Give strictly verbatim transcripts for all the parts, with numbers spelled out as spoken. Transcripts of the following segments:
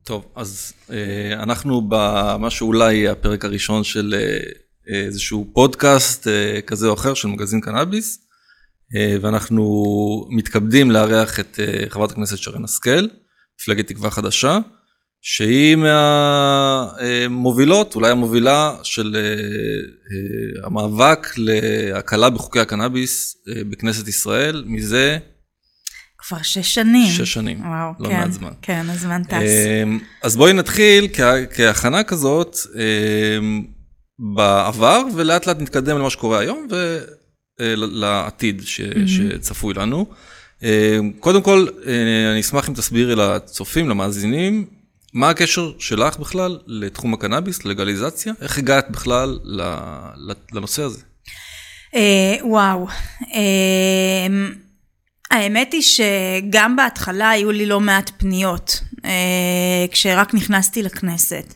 טוב, אז אה, אנחנו במה שאולי הפרק הראשון של אה, איזשהו פודקאסט אה, כזה או אחר של מגזין קנאביס, אה, ואנחנו מתכבדים לארח את אה, חברת הכנסת שרן השכל, מפלגת תקווה חדשה, שהיא מהמובילות, אולי המובילה של אה, אה, המאבק להקלה בחוקי הקנאביס אה, בכנסת ישראל, מזה... כבר שש שנים. שש שנים, וואו, לא כן, מעט זמן. כן, הזמן טס. אז בואי נתחיל כהכנה כזאת בעבר, ולאט לאט נתקדם למה שקורה היום, ולעתיד שצפוי לנו. קודם כל, אני אשמח אם תסבירי לצופים, למאזינים, מה הקשר שלך בכלל לתחום הקנאביס, לגליזציה? איך הגעת בכלל לנושא הזה? וואו, האמת היא שגם בהתחלה היו לי לא מעט פניות, כשרק נכנסתי לכנסת.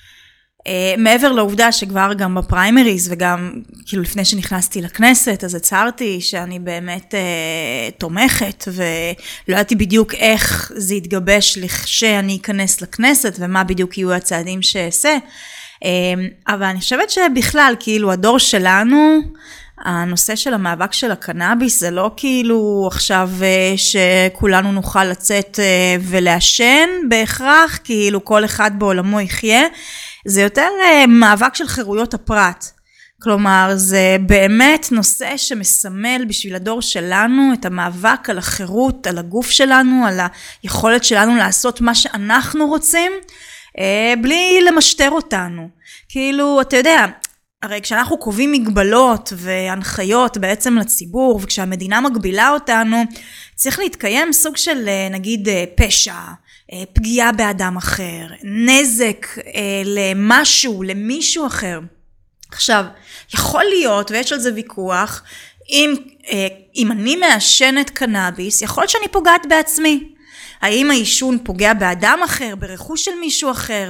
מעבר לעובדה שכבר גם בפריימריז וגם כאילו לפני שנכנסתי לכנסת, אז הצהרתי שאני באמת תומכת, ולא ידעתי בדיוק איך זה יתגבש לכשאני אכנס לכנסת, ומה בדיוק יהיו הצעדים שאעשה. אבל אני חושבת שבכלל, כאילו הדור שלנו, הנושא של המאבק של הקנאביס זה לא כאילו עכשיו שכולנו נוכל לצאת ולעשן בהכרח, כאילו כל אחד בעולמו יחיה, זה יותר מאבק של חירויות הפרט. כלומר, זה באמת נושא שמסמל בשביל הדור שלנו את המאבק על החירות, על הגוף שלנו, על היכולת שלנו לעשות מה שאנחנו רוצים, בלי למשטר אותנו. כאילו, אתה יודע, הרי כשאנחנו קובעים מגבלות והנחיות בעצם לציבור, וכשהמדינה מגבילה אותנו, צריך להתקיים סוג של נגיד פשע, פגיעה באדם אחר, נזק למשהו, למישהו אחר. עכשיו, יכול להיות, ויש על זה ויכוח, אם, אם אני מעשנת קנאביס, יכול להיות שאני פוגעת בעצמי. האם העישון פוגע באדם אחר, ברכוש של מישהו אחר,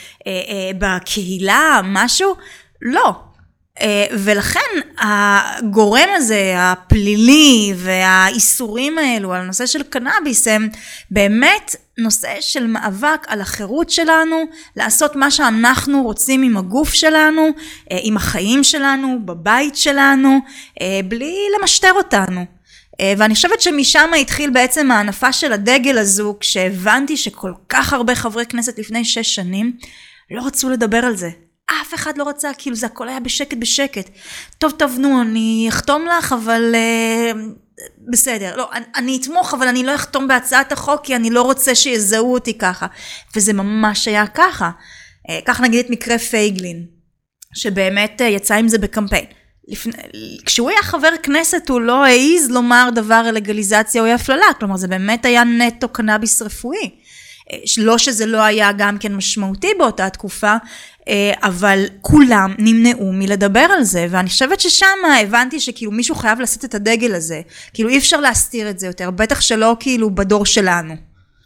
בקהילה, משהו? לא. ולכן הגורם הזה, הפלילי והאיסורים האלו על הנושא של קנאביס, הם באמת נושא של מאבק על החירות שלנו, לעשות מה שאנחנו רוצים עם הגוף שלנו, עם החיים שלנו, בבית שלנו, בלי למשטר אותנו. ואני חושבת שמשם התחיל בעצם ההנפה של הדגל הזו, כשהבנתי שכל כך הרבה חברי כנסת לפני שש שנים לא רצו לדבר על זה. אף אחד לא רצה, כאילו זה הכל היה בשקט בשקט. טוב, טוב, נו, אני אחתום לך, אבל uh, בסדר. לא, אני, אני אתמוך, אבל אני לא אחתום בהצעת החוק, כי אני לא רוצה שיזהו אותי ככה. וזה ממש היה ככה. Uh, כך נגיד את מקרה פייגלין, שבאמת uh, יצא עם זה בקמפיין. לפני, כשהוא היה חבר כנסת, הוא לא העיז לומר דבר על לגליזציה או הפללה. כלומר, זה באמת היה נטו קנאביס רפואי. לא שזה לא היה גם כן משמעותי באותה תקופה, אבל כולם נמנעו מלדבר על זה, ואני חושבת ששם הבנתי שכאילו מישהו חייב לשאת את הדגל הזה, כאילו אי אפשר להסתיר את זה יותר, בטח שלא כאילו בדור שלנו.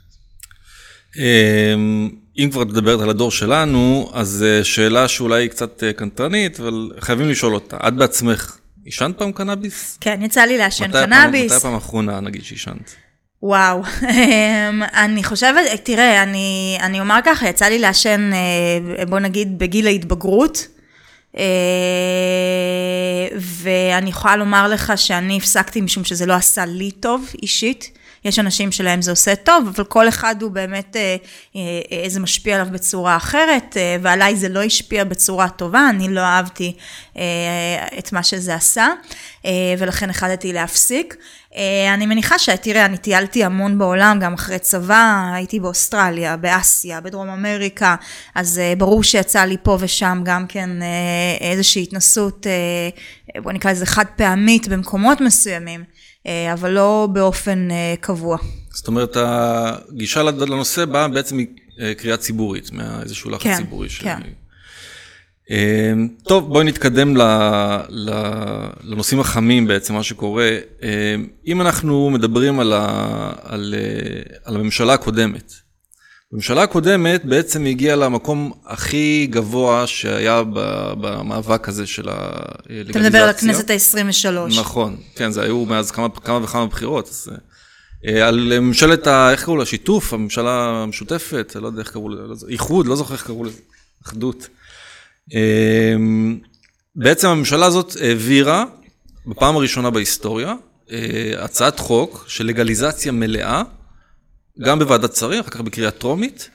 אם כבר תדברת על הדור שלנו, אז שאלה שאולי קצת קנטרנית, אבל חייבים לשאול אותה, את בעצמך עישנת פעם קנאביס? כן, יצא לי לעשן קנאביס. מתי פעם האחרונה נגיד שעישנת? וואו, אני חושבת, תראה, אני, אני אומר ככה, יצא לי לעשן, בוא נגיד, בגיל ההתבגרות, ואני יכולה לומר לך שאני הפסקתי משום שזה לא עשה לי טוב אישית, יש אנשים שלהם זה עושה טוב, אבל כל אחד הוא באמת, זה משפיע עליו בצורה אחרת, ועליי זה לא השפיע בצורה טובה, אני לא אהבתי את מה שזה עשה, ולכן החלטתי להפסיק. אני מניחה שתראה, אני טיילתי המון בעולם, גם אחרי צבא, הייתי באוסטרליה, באסיה, בדרום אמריקה, אז ברור שיצא לי פה ושם גם כן איזושהי התנסות, בוא נקרא לזה חד פעמית במקומות מסוימים, אבל לא באופן קבוע. זאת אומרת, הגישה לנושא באה בעצם מקריאה ציבורית, מאיזשהו לחץ ציבורי. כן, כן. טוב, בואי נתקדם לנושאים החמים בעצם, מה שקורה. אם אנחנו מדברים על, ה, על, על הממשלה הקודמת, הממשלה הקודמת בעצם הגיעה למקום הכי גבוה שהיה במאבק הזה של הלגליזציה. אתה מדבר על הכנסת ה-עשרים ושלוש. נכון, כן, זה היו מאז כמה, כמה וכמה בחירות. אז על ממשלת, ה, איך קראו לה? שיתוף, הממשלה המשותפת, לא יודע איך קראו לה, איחוד, לא זוכר איך קראו לזה, אחדות. בעצם הממשלה הזאת העבירה, בפעם הראשונה בהיסטוריה, הצעת חוק של לגליזציה מלאה, גם בוועדת שרים, אחר כך בקריאה טרומית,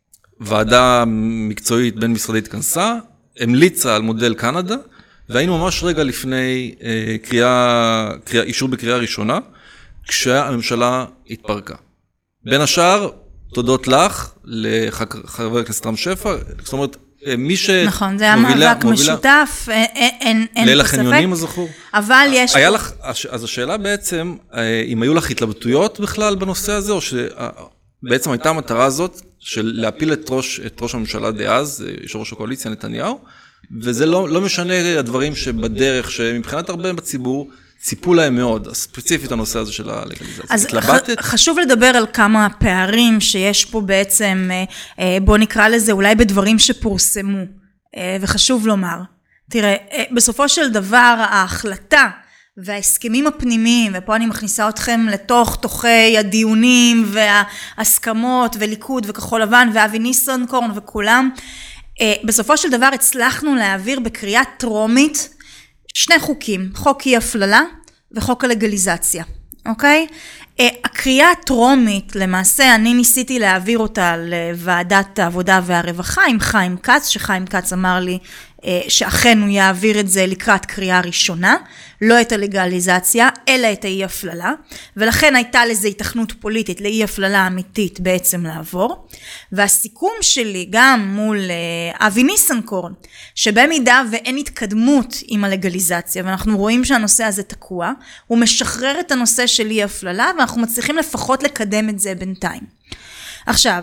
ועדה מקצועית בין משרדית התכנסה, המליצה על מודל קנדה, והיינו ממש רגע לפני קריאה, קריאה, אישור בקריאה ראשונה, כשהממשלה התפרקה. בין השאר, תודות לך, לחבר הכנסת רם שפע, זאת אומרת, מי שמובילה... נכון, זה היה מאבק משותף, אין פה ספק. ליל החניונים, הזכור? אבל יש... היה לך, אז השאלה בעצם, אם היו לך התלבטויות בכלל בנושא הזה, או שבעצם הייתה המטרה הזאת, של להפיל את ראש, את ראש הממשלה דאז, יושב ראש הקואליציה נתניהו, וזה לא, לא משנה הדברים שבדרך, שמבחינת הרבה בציבור, ציפו להם מאוד, ספציפית הנושא הזה של הלגליזציה. אז ח- חשוב לדבר על כמה פערים שיש פה בעצם, בוא נקרא לזה אולי בדברים שפורסמו, וחשוב לומר. תראה, בסופו של דבר ההחלטה וההסכמים הפנימיים, ופה אני מכניסה אתכם לתוך תוכי הדיונים וההסכמות וליכוד וכחול לבן ואבי ניסנקורן וכולם, בסופו של דבר הצלחנו להעביר בקריאה טרומית שני חוקים, חוק אי הפללה וחוק הלגליזציה, אוקיי? הקריאה הטרומית, למעשה אני ניסיתי להעביר אותה לוועדת העבודה והרווחה עם חיים כץ, שחיים כץ אמר לי שאכן הוא יעביר את זה לקראת קריאה ראשונה, לא את הלגליזציה, אלא את האי הפללה, ולכן הייתה לזה התכנות פוליטית לאי הפללה אמיתית בעצם לעבור, והסיכום שלי גם מול אבי ניסנקורן, שבמידה ואין התקדמות עם הלגליזציה, ואנחנו רואים שהנושא הזה תקוע, הוא משחרר את הנושא של אי הפללה, ואנחנו מצליחים לפחות לקדם את זה בינתיים. עכשיו,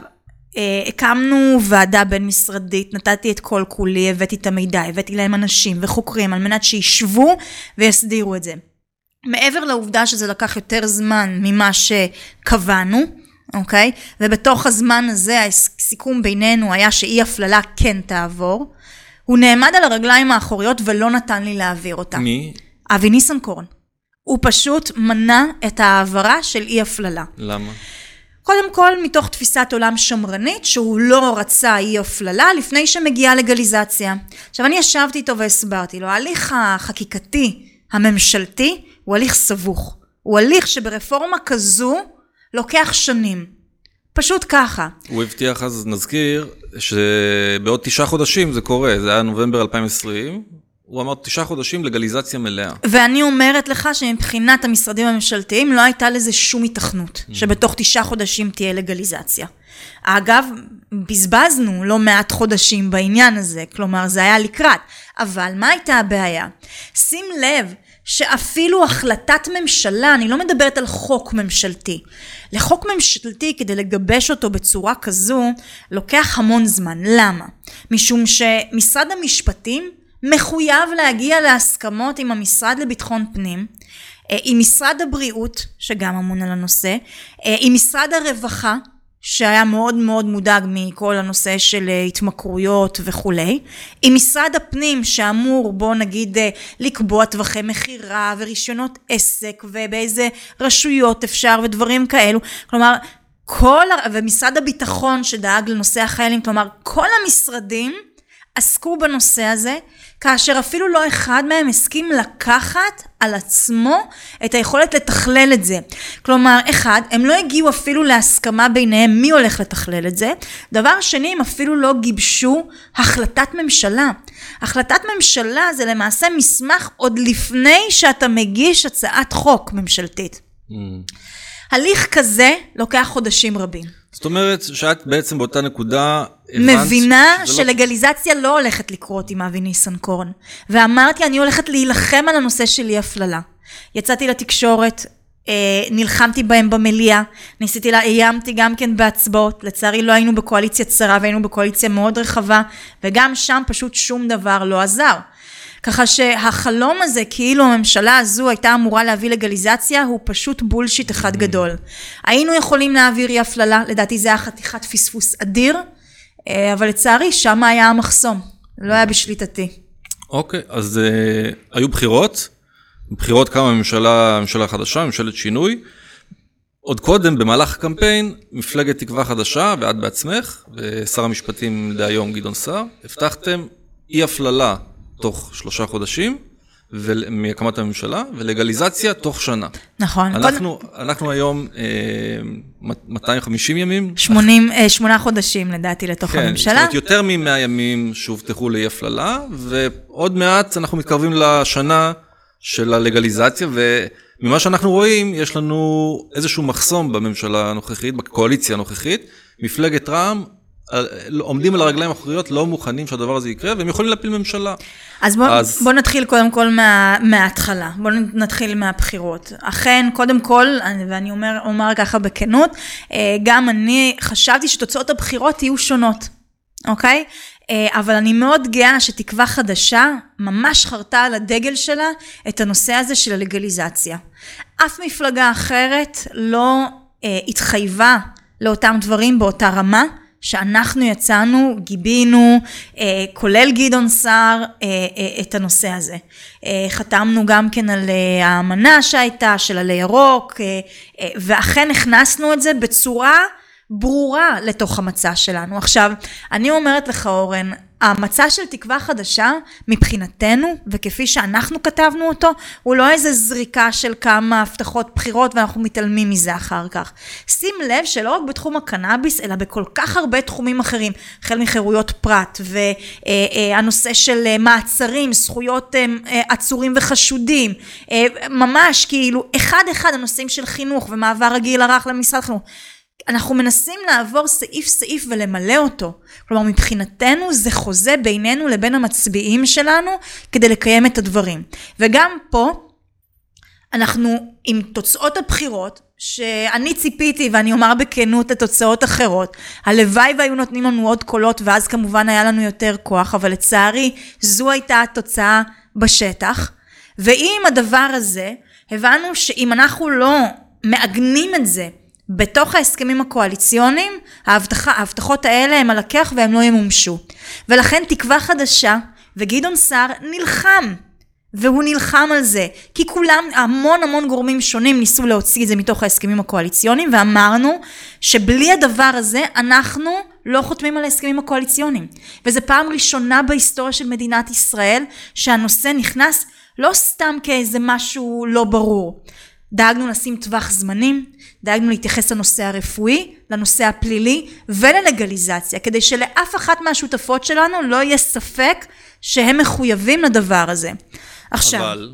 הקמנו ועדה בין משרדית, נתתי את כל כולי, הבאתי את המידע, הבאתי להם אנשים וחוקרים על מנת שישבו ויסדירו את זה. מעבר לעובדה שזה לקח יותר זמן ממה שקבענו, אוקיי? ובתוך הזמן הזה הסיכום בינינו היה שאי הפללה כן תעבור, הוא נעמד על הרגליים האחוריות ולא נתן לי להעביר אותה. מי? אבי ניסנקורן. הוא פשוט מנע את העברה של אי הפללה. למה? קודם כל, מתוך תפיסת עולם שמרנית, שהוא לא רצה אי הפללה לפני שמגיעה לגליזציה. עכשיו, אני ישבתי איתו והסברתי לו, ההליך החקיקתי הממשלתי הוא הליך סבוך. הוא הליך שברפורמה כזו לוקח שנים. פשוט ככה. הוא הבטיח, אז נזכיר, שבעוד תשעה חודשים זה קורה, זה היה נובמבר אלפיים ועשרים, הוא אמר תשעה חודשים לגליזציה מלאה. ואני אומרת לך שמבחינת המשרדים הממשלתיים לא הייתה לזה שום התכנות, שבתוך תשעה חודשים תהיה לגליזציה. אגב, בזבזנו לא מעט חודשים בעניין הזה, כלומר זה היה לקראת, אבל מה הייתה הבעיה? שים לב שאפילו החלטת ממשלה, אני לא מדברת על חוק ממשלתי, לחוק ממשלתי כדי לגבש אותו בצורה כזו, לוקח המון זמן. למה? משום שמשרד המשפטים מחויב להגיע להסכמות עם המשרד לביטחון פנים, עם משרד הבריאות, שגם אמון על הנושא, עם משרד הרווחה, שהיה מאוד מאוד מודאג מכל הנושא של התמכרויות וכולי, עם משרד הפנים שאמור, בוא נגיד, לקבוע טווחי מחירה ורישיונות עסק, ובאיזה רשויות אפשר ודברים כאלו, כלומר, כל, ומשרד הביטחון שדאג לנושא החיילים, כלומר, כל המשרדים עסקו בנושא הזה, כאשר אפילו לא אחד מהם הסכים לקחת על עצמו את היכולת לתכלל את זה. כלומר, אחד, הם לא הגיעו אפילו להסכמה ביניהם מי הולך לתכלל את זה. דבר שני, הם אפילו לא גיבשו החלטת ממשלה. החלטת ממשלה זה למעשה מסמך עוד לפני שאתה מגיש הצעת חוק ממשלתית. Mm. הליך כזה לוקח חודשים רבים. זאת אומרת שאת בעצם באותה נקודה מבינה שלגליזציה לא הולכת לקרות עם אבי ניסנקורן. ואמרתי, אני הולכת להילחם על הנושא של אי הפללה. יצאתי לתקשורת, נלחמתי בהם במליאה, ניסיתי לה, איימתי גם כן בהצבעות, לצערי לא היינו בקואליציה צרה, והיינו בקואליציה מאוד רחבה, וגם שם פשוט שום דבר לא עזר. ככה שהחלום הזה, כאילו הממשלה הזו הייתה אמורה להביא לגליזציה, הוא פשוט בולשיט אחד גדול. היינו יכולים להעביר אי הפללה, לדעתי זה היה חתיכת פספוס אדיר, אבל לצערי שם היה המחסום, לא היה בשליטתי. אוקיי, אז היו בחירות, בחירות קמה ממשלה, ממשלה חדשה, ממשלת שינוי, עוד קודם, במהלך הקמפיין, מפלגת תקווה חדשה, ואת בעצמך, ושר המשפטים דהיום גדעון סער, הבטחתם אי הפללה תוך שלושה חודשים, מהקמת הממשלה, ולגליזציה תוך שנה. נכון. אנחנו, אנחנו היום אה, מאתיים וחמישים ימים. שמונים, אה, שמונה חודשים לדעתי לתוך כן, הממשלה. זאת אומרת, יותר מ-מאה ימים שהובטחו לאי הפללה, ועוד מעט אנחנו מתקרבים לשנה של הלגליזציה, וממה שאנחנו רואים, יש לנו איזשהו מחסום בממשלה הנוכחית, בקואליציה הנוכחית, מפלגת רע"מ, עומדים על הרגליים האחוריות, לא מוכנים שהדבר הזה יקרה, והם יכולים להפיל ממשלה. אז בוא, אז... בוא נתחיל קודם כל מה, מההתחלה, בוא נתחיל מהבחירות. אכן, קודם כל, ואני אומר, אומר ככה בכנות, גם אני חשבתי שתוצאות הבחירות יהיו שונות, אוקיי? אבל אני מאוד גאה שתקווה חדשה ממש חרתה על הדגל שלה את הנושא הזה של הלגליזציה. אף מפלגה אחרת לא התחייבה לאותם דברים באותה רמה, שאנחנו יצאנו, גיבינו, אה, כולל גדעון סער, אה, אה, את הנושא הזה. אה, חתמנו גם כן על אה, האמנה שהייתה, של עלי ירוק, אה, אה, ואכן הכנסנו את זה בצורה ברורה לתוך המצע שלנו. עכשיו, אני אומרת לך אורן, המצע של תקווה חדשה, מבחינתנו, וכפי שאנחנו כתבנו אותו, הוא לא איזה זריקה של כמה הבטחות בחירות, ואנחנו מתעלמים מזה אחר כך. שים לב שלא רק בתחום הקנאביס, אלא בכל כך הרבה תחומים אחרים, החל מחירויות פרט, והנושא של מעצרים, זכויות עצורים וחשודים, ממש כאילו, אחד אחד הנושאים של חינוך, ומעבר הגיל הרך למשרד חינוך, אנחנו מנסים לעבור סעיף סעיף ולמלא אותו. כלומר, מבחינתנו זה חוזה בינינו לבין המצביעים שלנו כדי לקיים את הדברים. וגם פה אנחנו עם תוצאות הבחירות, שאני ציפיתי ואני אומר בכנות את תוצאות אחרות, הלוואי והיו נותנים לנו עוד קולות ואז כמובן היה לנו יותר כוח, אבל לצערי זו הייתה התוצאה בשטח. ועם הדבר הזה הבנו שאם אנחנו לא מעגנים את זה, בתוך ההסכמים הקואליציוניים, ההבטחה, ההבטחות האלה הם על הכך והם לא ימומשו. ולכן תקווה חדשה, וגדעון סער נלחם, והוא נלחם על זה, כי כולם, המון המון גורמים שונים ניסו להוציא את זה מתוך ההסכמים הקואליציוניים, ואמרנו שבלי הדבר הזה אנחנו לא חותמים על ההסכמים הקואליציוניים. וזו פעם ראשונה בהיסטוריה של מדינת ישראל, שהנושא נכנס לא סתם כאיזה משהו לא ברור. דאגנו לשים טווח זמנים, דאגנו להתייחס לנושא הרפואי, לנושא הפלילי וללגליזציה, כדי שלאף אחת מהשותפות שלנו לא יהיה ספק שהם מחויבים לדבר הזה. עכשיו, אבל...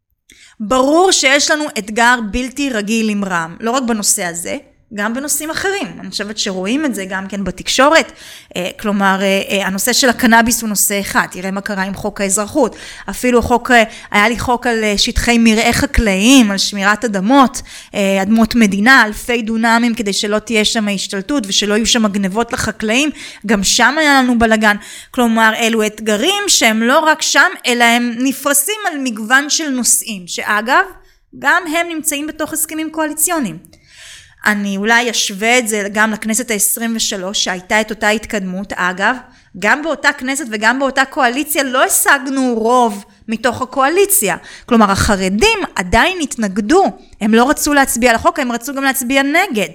ברור שיש לנו אתגר בלתי רגיל עם רע"מ, לא רק בנושא הזה, גם בנושאים אחרים. אני חושבת שרואים את זה גם כן בתקשורת. כלומר, הנושא של הקנאביס הוא נושא אחד. תראה מה קרה עם חוק האזרחות. אפילו חוק, היה לי חוק על שטחי מרעה חקלאיים, על שמירת אדמות, אדמות מדינה, אלפי דונמים כדי שלא תהיה שם השתלטות ושלא יהיו שם גנבות לחקלאים. גם שם היה לנו בלגן. כלומר, אלו אתגרים שהם לא רק שם, אלא הם נפרסים על מגוון של נושאים, שאגב, גם הם נמצאים בתוך הסכמים קואליציוניים. אני אולי אשווה את זה גם לכנסת ה-עשרים ושלוש, שהייתה את אותה התקדמות. אגב, גם באותה כנסת וגם באותה קואליציה לא השגנו רוב מתוך הקואליציה. כלומר, החרדים עדיין התנגדו, הם לא רצו להצביע על החוק, הם רצו גם להצביע נגד.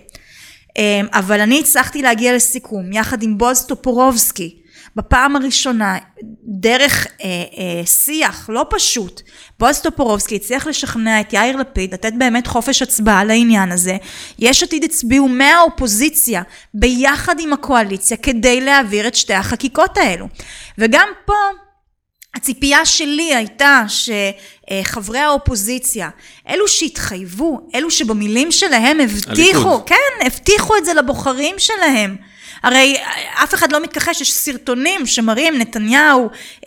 אבל אני הצלחתי להגיע לסיכום, יחד עם בועז טופורובסקי, בפעם הראשונה, דרך אה, אה, שיח לא פשוט, בועז טופורובסקי הצליח לשכנע את יאיר לפיד, לתת באמת חופש הצבעה לעניין הזה. יש עתיד הצביעו מהאופוזיציה ביחד עם הקואליציה כדי להעביר את שתי החקיקות האלו. וגם פה הציפייה שלי הייתה שחברי האופוזיציה, אלו שהתחייבו, אלו שבמילים שלהם הבטיחו, הליכוד. כן, הבטיחו את זה לבוחרים שלהם. הרי אף אחד לא מתכחש, יש סרטונים שמראים נתניהו,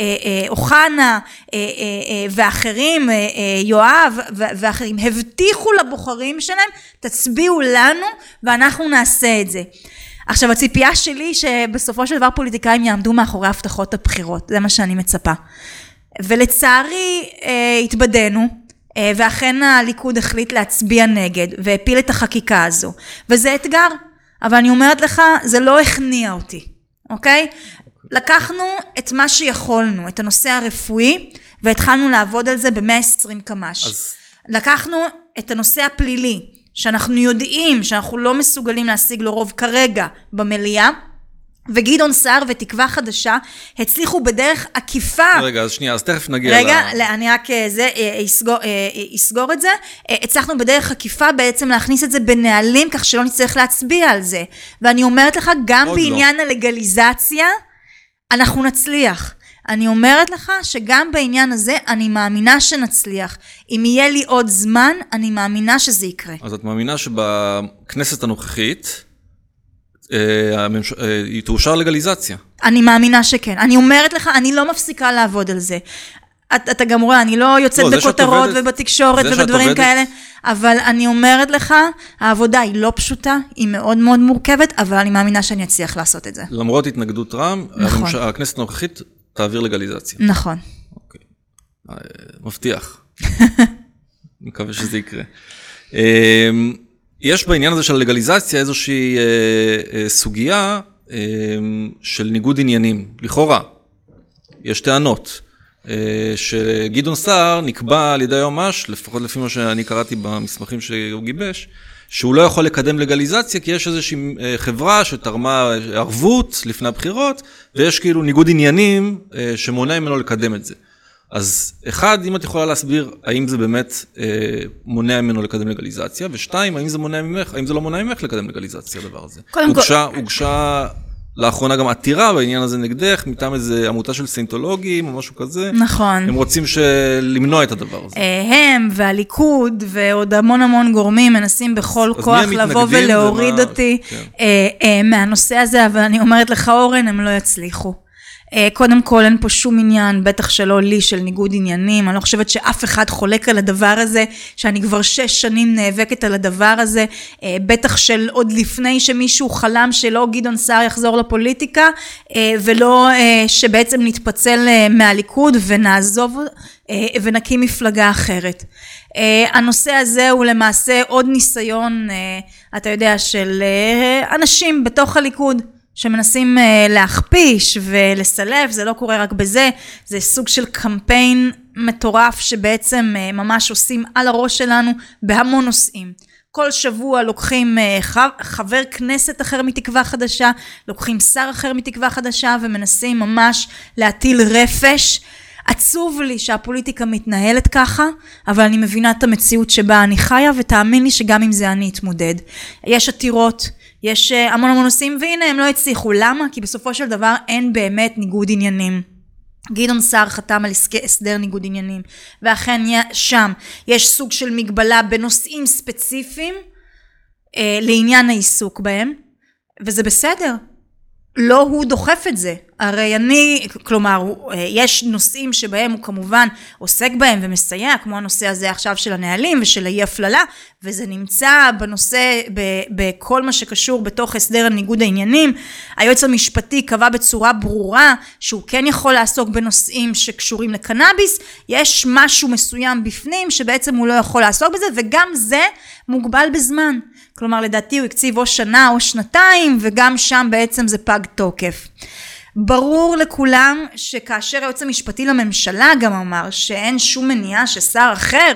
אוחנה ואחרים, יואב ואחרים, הבטיחו לבוחרים שלהם, תצביעו לנו ואנחנו נעשה את זה. עכשיו, הציפייה שלי שבסופו של דבר פוליטיקאים יעמדו מאחורי הבטחות הבחירות, זה מה שאני מצפה. ולצערי התבדנו, ואכן הליכוד החליט להצביע נגד, והפיל את החקיקה הזו, וזה אתגר. אבל אני אומרת לך, זה לא הכניע אותי, אוקיי? לקחנו את מה שיכולנו, את הנושא הרפואי, והתחלנו לעבוד על זה ב-מאה ועשרים קמ"ש. אז... לקחנו את הנושא הפלילי, שאנחנו יודעים שאנחנו לא מסוגלים להשיג לו רוב כרגע במליאה, וגדעון סער ותקווה חדשה הצליחו בדרך עקיפה. רגע, אז שנייה, אז תכף נגיע. רגע, ל... אני רק זה, יסגור, יסגור את זה. הצלחנו בדרך עקיפה בעצם להכניס את זה בנהלים, כך שלא נצטרך להצביע על זה. ואני אומרת לך, גם בעניין לא. הלגליזציה, אנחנו נצליח. אני אומרת לך שגם בעניין הזה אני מאמינה שנצליח. אם יהיה לי עוד זמן, אני מאמינה שזה יקרה. אז את מאמינה שבכנסת הנוכחית היא תאושר לגליזציה? אני מאמינה שכן. אני אומרת לך, אני לא מפסיקה לעבוד על זה. אתה גם רואה, אני לא יוצאת בכותרות ובתקשורת ובדברים כאלה, אבל אני אומרת לך, העבודה היא לא פשוטה, היא מאוד מאוד מורכבת, אבל אני מאמינה שאני אצליח לעשות את זה. למרות התנגדות רע"מ, הכנסת הנוכחית תעביר לגליזציה. נכון. אוקיי. מבטיח. מקווה שזה יקרה. יש בעניין הזה של לגליזציה איזושהי סוגיה של ניגוד עניינים. לכאורה, יש טענות שגדעון סער נקבע על ידי היועמ"ש, לפחות לפי מה שאני קראתי במסמכים שהוא גיבש, שהוא לא יכול לקדם לגליזציה, כי יש איזושהי חברה שתרמה ערבות לפני הבחירות, ויש כאילו ניגוד עניינים שמונע ממנו לקדם את זה. אז אחד, אם את יכולה להסביר, האם זה באמת מונע ממנו לקדם לגליזציה, ושתיים, האם זה מונע ממך, האם זה לא מונע ממך לקדם לגליזציה, הדבר הזה? הוגשה, הוגשה לאחרונה גם עתירה בעניין הזה נגדך, מטעם איזו עמותה של סיינטולוגים או משהו כזה. נכון. הם רוצים למנוע את הדבר הזה. הם והליכוד ועוד המון המון גורמים מנסים בכל כוח לבוא ולהוריד אותי מהנושא הזה, אבל אני אומרת לך אורן, הם לא יצליחו. קודם כל אין פה שום עניין, בטח שלא לי, של ניגוד עניינים, אני לא חושבת שאף אחד חולק על הדבר הזה, שאני כבר שש שנים נאבקת על הדבר הזה, בטח של עוד לפני שמישהו חלם שלא גדעון סער יחזור לפוליטיקה, ולא שבעצם נתפצל מהליכוד ונעזוב ונקים מפלגה אחרת. הנושא הזה הוא למעשה עוד ניסיון, אתה יודע, של אנשים בתוך הליכוד, שמנסים להכפיש ולסלף, זה לא קורה רק בזה, זה סוג של קמפיין מטורף שבעצם ממש עושים על הראש שלנו בהמון נושאים. כל שבוע לוקחים חבר כנסת אחר מתקווה חדשה, לוקחים שר אחר מתקווה חדשה ומנסים ממש להטיל רפש. עצוב לי שהפוליטיקה מתנהלת ככה, אבל אני מבינה את המציאות שבה אני חיה, ותאמין לי שגם עם זה אני אתמודד. יש עתירות, יש המון המון נושאים, והנה הם לא הצליחו. למה? כי בסופו של דבר אין באמת ניגוד עניינים. גדעון סער חתם על הסדר ניגוד עניינים, ואכן שם יש סוג של מגבלה בנושאים ספציפיים, אה, לעניין העיסוק בהם, וזה בסדר. לא הוא דוחף את זה. הרי אני, כלומר, יש נושאים שבהם הוא כמובן עוסק בהם ומסייע, כמו הנושא הזה עכשיו של הנהלים ושל האי הפללה, וזה נמצא בנושא, בכל מה שקשור בתוך הסדר הניגוד העניינים. היועץ המשפטי קבע בצורה ברורה שהוא כן יכול לעסוק בנושאים שקשורים לקנאביס, יש משהו מסוים בפנים שבעצם הוא לא יכול לעסוק בזה, וגם זה מוגבל בזמן. כלומר, לדעתי הוא הקציב או שנה או שנתיים, וגם שם בעצם זה פג תוקף. ברור לכולם שכאשר היועץ המשפטי לממשלה גם אמר שאין שום מניעה ששר אחר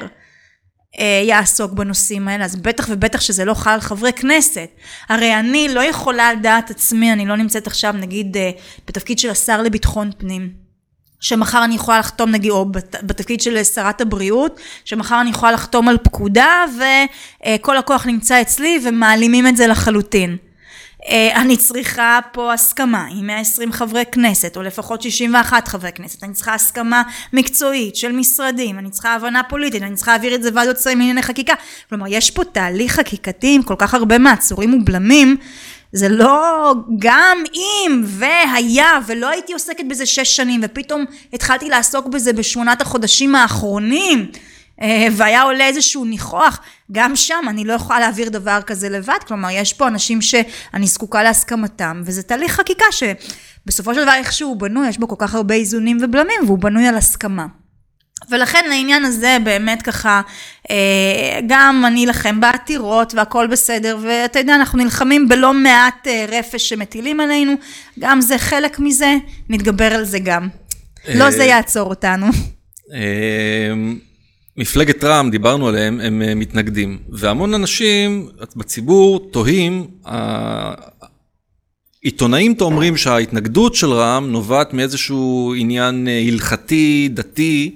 אה, יעסוק בנושאים האלה, אז בטח ובטח שזה לא חל על חברי כנסת. הרי אני לא יכולה על דעת עצמי, אני לא נמצאת עכשיו נגיד אה, בתפקיד של השר לביטחון פנים. שמחר אני יכולה לחתום נגיד, או בתפקיד של שרת הבריאות, שמחר אני יכולה לחתום על פקודה, וכל הכוח נמצא אצלי, ומעלימים את זה לחלוטין. אני צריכה פה הסכמה עם מאה ועשרים חברי כנסת, או לפחות שישים ואחד חברי כנסת. אני צריכה הסכמה מקצועית של משרדים, אני צריכה הבנה פוליטית, אני צריכה להעביר את זה ועדות שרים לענייני חקיקה. כלומר, יש פה תהליך חקיקתי עם כל כך הרבה מעצורים ובלמים, זה לא גם אם והיה ולא הייתי עוסקת בזה שש שנים ופתאום התחלתי לעסוק בזה בשמונת החודשים האחרונים והיה עולה איזשהו ניחוח, גם שם אני לא יכולה להעביר דבר כזה לבד. כלומר, יש פה אנשים שאני זקוקה להסכמתם, וזה תהליך חקיקה שבסופו של דבר איכשהו בנוי, יש בו כל כך הרבה איזונים ובלמים והוא בנוי על הסכמה. ולכן לעניין הזה באמת ככה, גם אני אלחם בעתירות והכל בסדר, ואתה יודע, אנחנו נלחמים בלא מעט רפש שמטילים עלינו, גם זה חלק מזה, נתגבר על זה גם. לא זה יעצור אותנו. מפלגת רע"מ, דיברנו עליהם, הם מתנגדים. והמון אנשים בציבור תוהים, עיתונאים אומרים שההתנגדות של רע"מ נובעת מאיזשהו עניין הלכתי, דתי,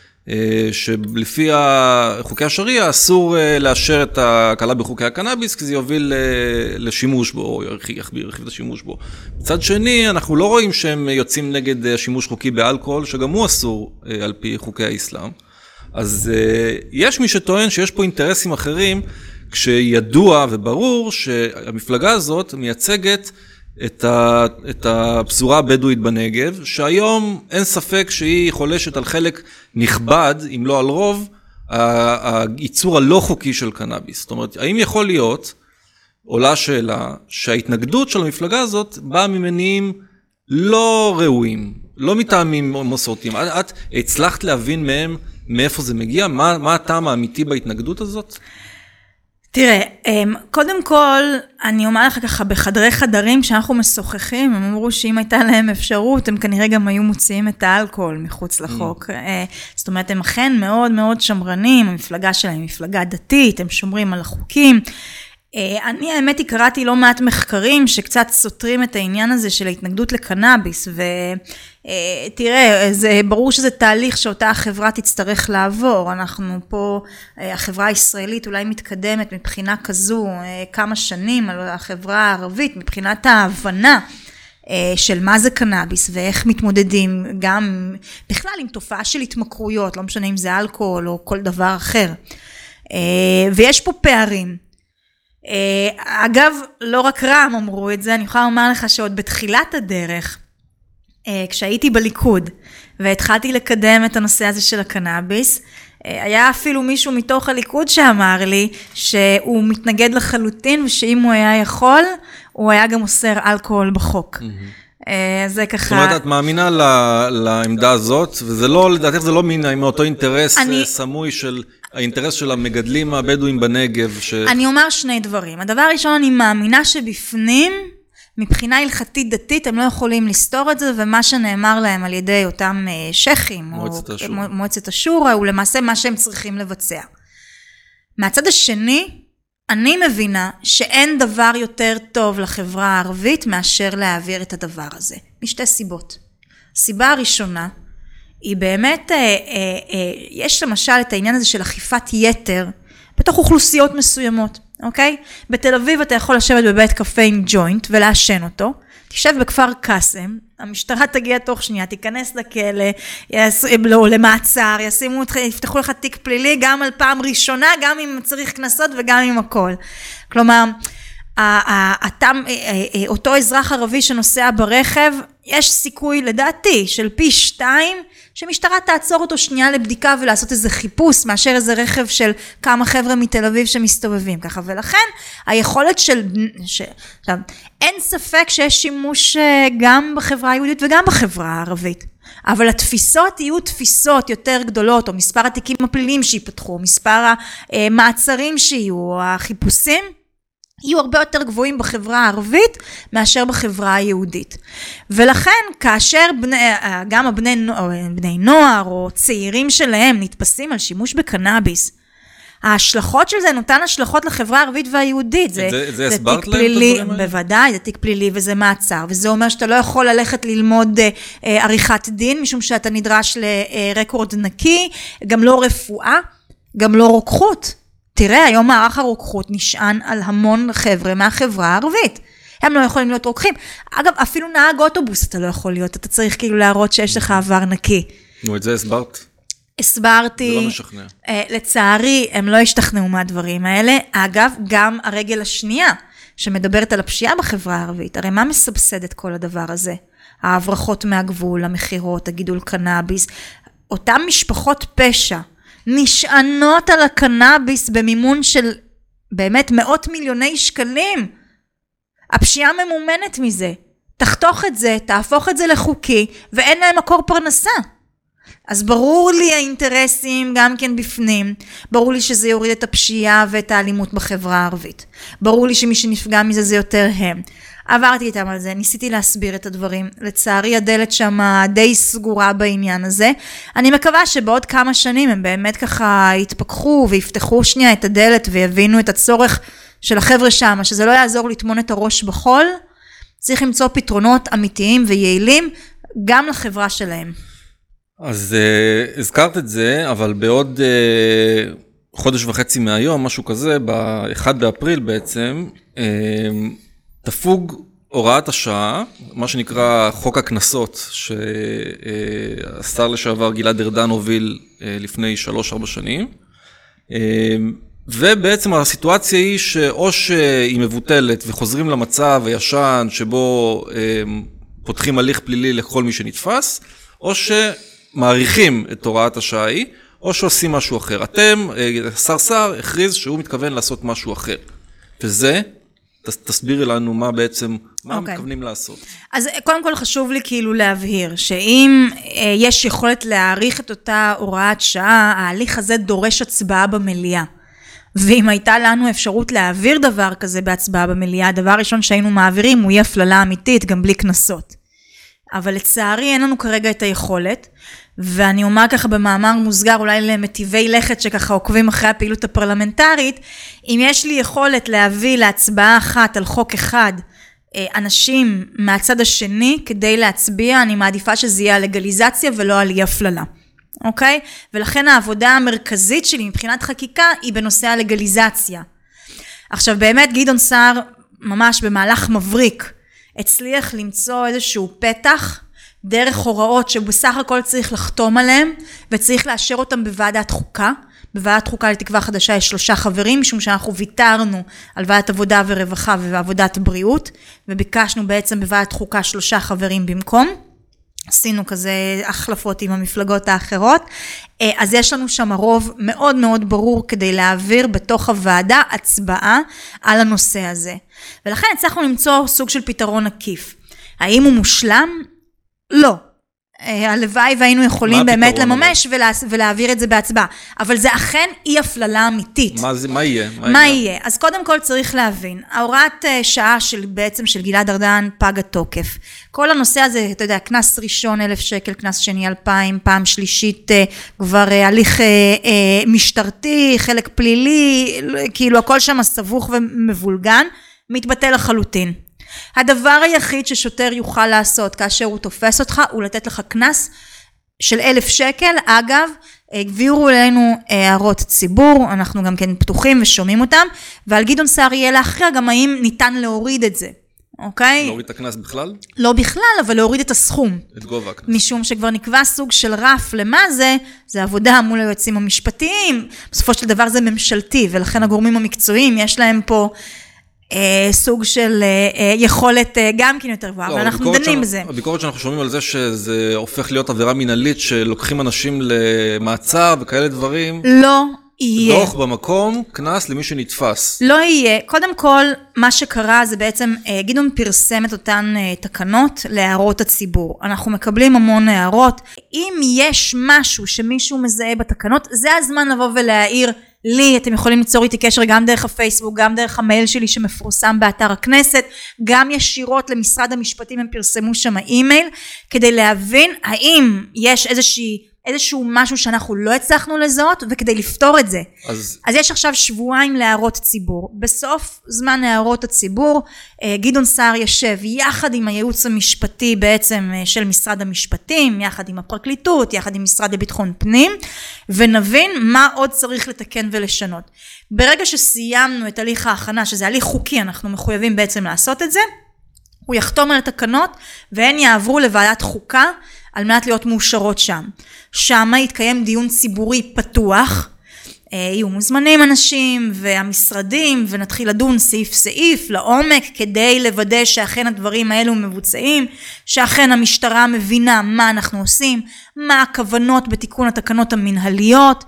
שלפי חוקי השריעה אסור לאשר את ההקלה בחוקי הקנאביס, כי זה יוביל לשימוש בו, או ירחיב את השימוש בו. מצד שני, אנחנו לא רואים שהם יוצאים נגד השימוש חוקי באלכוהול, שגם הוא אסור על פי חוקי האסלאם. אז יש מי שטוען שיש פה אינטרסים אחרים, כשידוע וברור שהמפלגה הזאת מייצגת את, ה, את הפזורה הבדואית בנגב, שהיום אין ספק שהיא חולשת על חלק נכבד, אם לא על רוב, הייצור הלא חוקי של קנאביס. זאת אומרת, האם יכול להיות, עולה שאלה, שההתנגדות של המפלגה הזאת באה ממניעים לא ראויים, לא מטעמים מסורתיים. את, את הצלחת להבין מהם מאיפה זה מגיע? מה, מה הטעם האמיתי בהתנגדות הזאת? תראה, קודם כל, אני אומר לך ככה, בחדרי חדרים שאנחנו משוחחים, הם אמרו שאם הייתה להם אפשרות, הם כנראה גם היו מוציאים את האלכוהול מחוץ לחוק. זאת אומרת, הם אכן מאוד מאוד שמרנים, המפלגה שלהם היא מפלגה דתית, הם שומרים על החוקים. אני האמת היא קראתי לא מעט מחקרים שקצת סותרים את העניין הזה של ההתנגדות לקנאביס, ותראה, זה ברור שזה תהליך שאותה החברה תצטרך לעבור. אנחנו פה, החברה הישראלית אולי מתקדמת מבחינה כזו כמה שנים על החברה הערבית, מבחינת ההבנה של מה זה קנאביס ואיך מתמודדים גם בכלל עם תופעה של התמכרויות, לא משנה אם זה אלכוהול או כל דבר אחר. ויש פה פערים. אגב, לא רק רע"מ אמרו את זה, אני יכולה לומר לך שעוד בתחילת הדרך, כשהייתי בליכוד והתחלתי לקדם את הנושא הזה של הקנאביס, היה אפילו מישהו מתוך הליכוד שאמר לי שהוא מתנגד לחלוטין, ושאם הוא היה יכול, הוא היה גם אוסר אלכוהול בחוק. זה ככה... זאת אומרת, את מאמינה לעמדה הזאת, וזה לא, לדעתך זה לא מאותו אינטרס סמוי של... האינטרס של המגדלים הבדואים בנגב. ש... אני אומר שני דברים. הדבר הראשון, אני מאמינה שבפנים, מבחינה הלכתית דתית, הם לא יכולים לסתור את זה, ומה שנאמר להם על ידי אותם שכים, מועצת או השורה. מועצת השורה, הוא למעשה מה שהם צריכים לבצע. מהצד השני, אני מבינה שאין דבר יותר טוב לחברה הערבית, מאשר להעביר את הדבר הזה. משתי סיבות. הסיבה הראשונה, היא באמת, אה, אה, אה, יש למשל את העניין הזה של אכיפת יתר, בתוך אוכלוסיות מסוימות, אוקיי? בתל אביב אתה יכול לשבת בבית קפה עם ג'וינט ולעשן אותו, תשב בכפר קאסם, המשטרה תגיע תוך שנייה, תיכנס לכלא, יס... לא, למעצר, ישימו אותך, יפתחו לך תיק פלילי, גם על פעם ראשונה, גם אם צריך כנסות וגם עם הכל. כלומר, אותו אזרח ערבי שנוסע ברכב, יש סיכוי לדעתי של פי שתיים, שמשטרה תעצור אותו שנייה לבדיקה ולעשות איזה חיפוש, מאשר איזה רכב של כמה חבר'ה מתל אביב שמסתובבים ככה, ולכן היכולת של, ש... אין ספק שיש שימוש גם בחברה היהודית וגם בחברה הערבית, אבל התפיסות יהיו תפיסות יותר גדולות, או מספר התיקים הפליליים שיפתחו, מספר המעצרים שיהיו, החיפושים, יהיו הרבה יותר גבוהים בחברה הערבית מאשר בחברה היהודית. ולכן כאשר בני, גם הבני בני נוער או צעירים שלהם נתפסים על שימוש בקנאביס, ההשלכות של זה נותן השלכות לחברה הערבית והיהודית. זה, זה, זה, זה תיק פלילי, בוודאי, זה תיק פלילי וזה מעצר, וזה אומר שאתה לא יכול ללכת ללמוד אה, עריכת דין, משום שאתה נדרש לרקורד נקי, גם לא רפואה, גם לא רוקחות. תראה, היום מערך הרוקחות נשען על המון חבר'ה מהחברה הערבית. הם לא יכולים להיות רוקחים. אגב, אפילו נהג אוטובוס אתה לא יכול להיות. אתה צריך כאילו להראות שיש לך עבר נקי. נו, את זה הסברת? הסברתי. זה לא משכנע. לצערי, הם לא השתכנעו מהדברים האלה. אגב, גם הרגל השנייה, שמדברת על הפשיעה בחברה הערבית. הרי מה מסבסד את כל הדבר הזה? ההברחות מהגבול, המחירות, הגידול קנאביס. אותם משפחות פשע, נשענות על הקנאביס במימון של באמת מאות מיליוני שקלים. הפשיעה ממומנת מזה. תחתוך את זה, תהפוך את זה לחוקי, ואין להם מקור פרנסה. אז ברור לי האינטרסים גם כן בפנים. ברור לי שזה יוריד את הפשיעה ואת האלימות בחברה הערבית. ברור לי שמי שנפגע מזה זה יותר הם. עברתי איתם על זה, ניסיתי להסביר את הדברים. לצערי הדלת שם די סגורה בעניין הזה. אני מקווה שבעוד כמה שנים הם באמת ככה יתפכחו ויפתחו שנייה את הדלת ויבינו את הצורך של החבר'ה שם, שזה לא יעזור לטמון את הראש בחול, צריך למצוא פתרונות אמיתיים ויעילים גם לחברה שלהם. אז uh, הזכרת את זה, אבל בעוד uh, חודש וחצי מהיום, משהו כזה, ב-אחד באפריל בעצם, uh, תפוג הוראת השעה, מה שנקרא חוק הכנסות, שהשר לשעבר גלעד ארדן הוביל uh, לפני שלוש ארבע שנים, uh, ובעצם הסיטואציה היא שאו שהיא מבוטלת וחוזרים למצב הישן שבו uh, פותחים הליך פלילי לכל מי שנתפס, או שמעריכים את הוראת השעה היא, או שעושים משהו אחר. אתם, שר שר, הכריז שהוא מתכוון לעשות משהו אחר. וזה, תסבירי לנו מה בעצם, מה okay. מתכוונים לעשות. אז קודם כל חשוב לי כאילו להבהיר, שאם יש יכולת להעריך את אותה הוראת שעה, ההליך הזה דורש הצבעה במליאה. ואם הייתה לנו אפשרות להעביר דבר כזה בהצבעה במליאה, הדבר ראשון שהיינו מעבירים הוא יהיה הפללה אמיתית, גם בלי כנסות. אבל לצערי אין לנו כרגע את היכולת, ואני אומר ככה במאמר מוסגר, אולי למטיבי לכת שככה עוקבים אחרי הפעילות הפרלמנטרית, אם יש לי יכולת להביא להצבעה אחת על חוק אחד, אנשים מהצד השני כדי להצביע, אני מעדיפה שזה יהיה הלגליזציה ולא על אי הפללה. אוקיי? ולכן העבודה המרכזית שלי מבחינת חקיקה היא בנושא הלגליזציה. עכשיו באמת גדעון סער ממש במהלך מבריק הצליח למצוא איזשהו פתח דרך הוראות שבסך הכל צריך לחתום עליהם וצריך לאשר אותם בוועדת חוקה. בוועדת חוקה לתקווה חדשה יש שלושה חברים משום שאנחנו ויתרנו על ועדת עבודה ורווחה ועבודת בריאות וביקשנו בעצם בוועדת חוקה שלושה חברים במקום. עשינו כזה החלפות עם המפלגות האחרות, אז יש לנו שם רוב מאוד מאוד ברור כדי להעביר בתוך הוועדה הצבעה על הנושא הזה. ולכן הצלחנו למצוא סוג של פתרון עקיף. האם הוא מושלם? לא. הלוואי והיינו יכולים באמת לממש ולה, ולהעביר את זה בהצבעה. אבל זה אכן אי הפללה אמיתית. מה, זה, מה יהיה? מה, מה יהיה? אז קודם כל צריך להבין, ההוראת שעה של, בעצם של גלעד ארדן פג התוקף. כל הנושא הזה, אתה יודע, כנס ראשון אלף שקל, כנס שני אלפיים, פעם שלישית כבר הליך משטרתי, חלק פלילי, כאילו הכל שם סבוך ומבולגן, מתבטל לחלוטין. הדבר היחיד ששוטר יוכל לעשות כאשר הוא תופס אותך, הוא לתת לך כנס של אלף שקל. אגב, העבירו אלינו הערות ציבור, אנחנו גם כן פתוחים ושומעים אותם, ועל גדעון סער יהיה להכריע גם האם ניתן להוריד את זה. אוקיי? להוריד את הכנס בכלל? לא בכלל, אבל להוריד את הסכום. את גובה הכנס. משום שכבר נקבע סוג של רף למה זה, זה עבודה מול היועצים המשפטיים, בסופו של דבר זה ממשלתי, ולכן הגורמים המקצועיים יש להם פה סוג של יכולת גם כן יותר גבוהה, ואנחנו דנים בזה. הביקורת שאנחנו שומעים על זה שזה הופך להיות עבירה מינהלית שלוקחים אנשים למעצר וכאלה דברים. לא יהיה. דוח במקום, כנס למי שנתפס. לא יהיה. קודם כל, מה שקרה זה בעצם, גדעון פרסם את אותן תקנות להערות הציבור. אנחנו מקבלים המון הערות. אם יש משהו שמישהו מזהה בתקנות, זה הזמן לבוא ולהעיר לי. אתם יכולים ליצור איתי קשר גם דרך הפייסבוק, גם דרך המייל שלי שמפורסם באתר הכנסת, גם ישירות למשרד המשפטים הם פרסמו שם אימייל, כדי להבין האם יש איזושהי איזשהו משהו שאנחנו לא הצלחנו לזהות, וכדי לפתור את זה. אז, אז יש עכשיו שבועיים להערות ציבור. בסוף זמן להערות הציבור, גדעון סער ישב יחד עם הייעוץ המשפטי בעצם של משרד המשפטים, יחד עם הפרקליטות, יחד עם משרד לביטחון פנים, ונבין מה עוד צריך לתקן ולשנות. ברגע שסיימנו את הליך ההכנה, שזה הליך חוקי, אנחנו מחויבים בעצם לעשות את זה, הוא יחתום על התקנות, והן יעברו לוועדת חוקה, על מנת להיות מאושרות שם. שם יתקיים דיון ציבורי פתוח, יהיו מוזמנים אנשים והמשרדים, ונתחיל לדון סעיף סעיף לעומק, כדי לוודא שאכן הדברים האלו מבוצעים, שאכן המשטרה מבינה מה אנחנו עושים, מה הכוונות בתיקון התקנות המנהליות.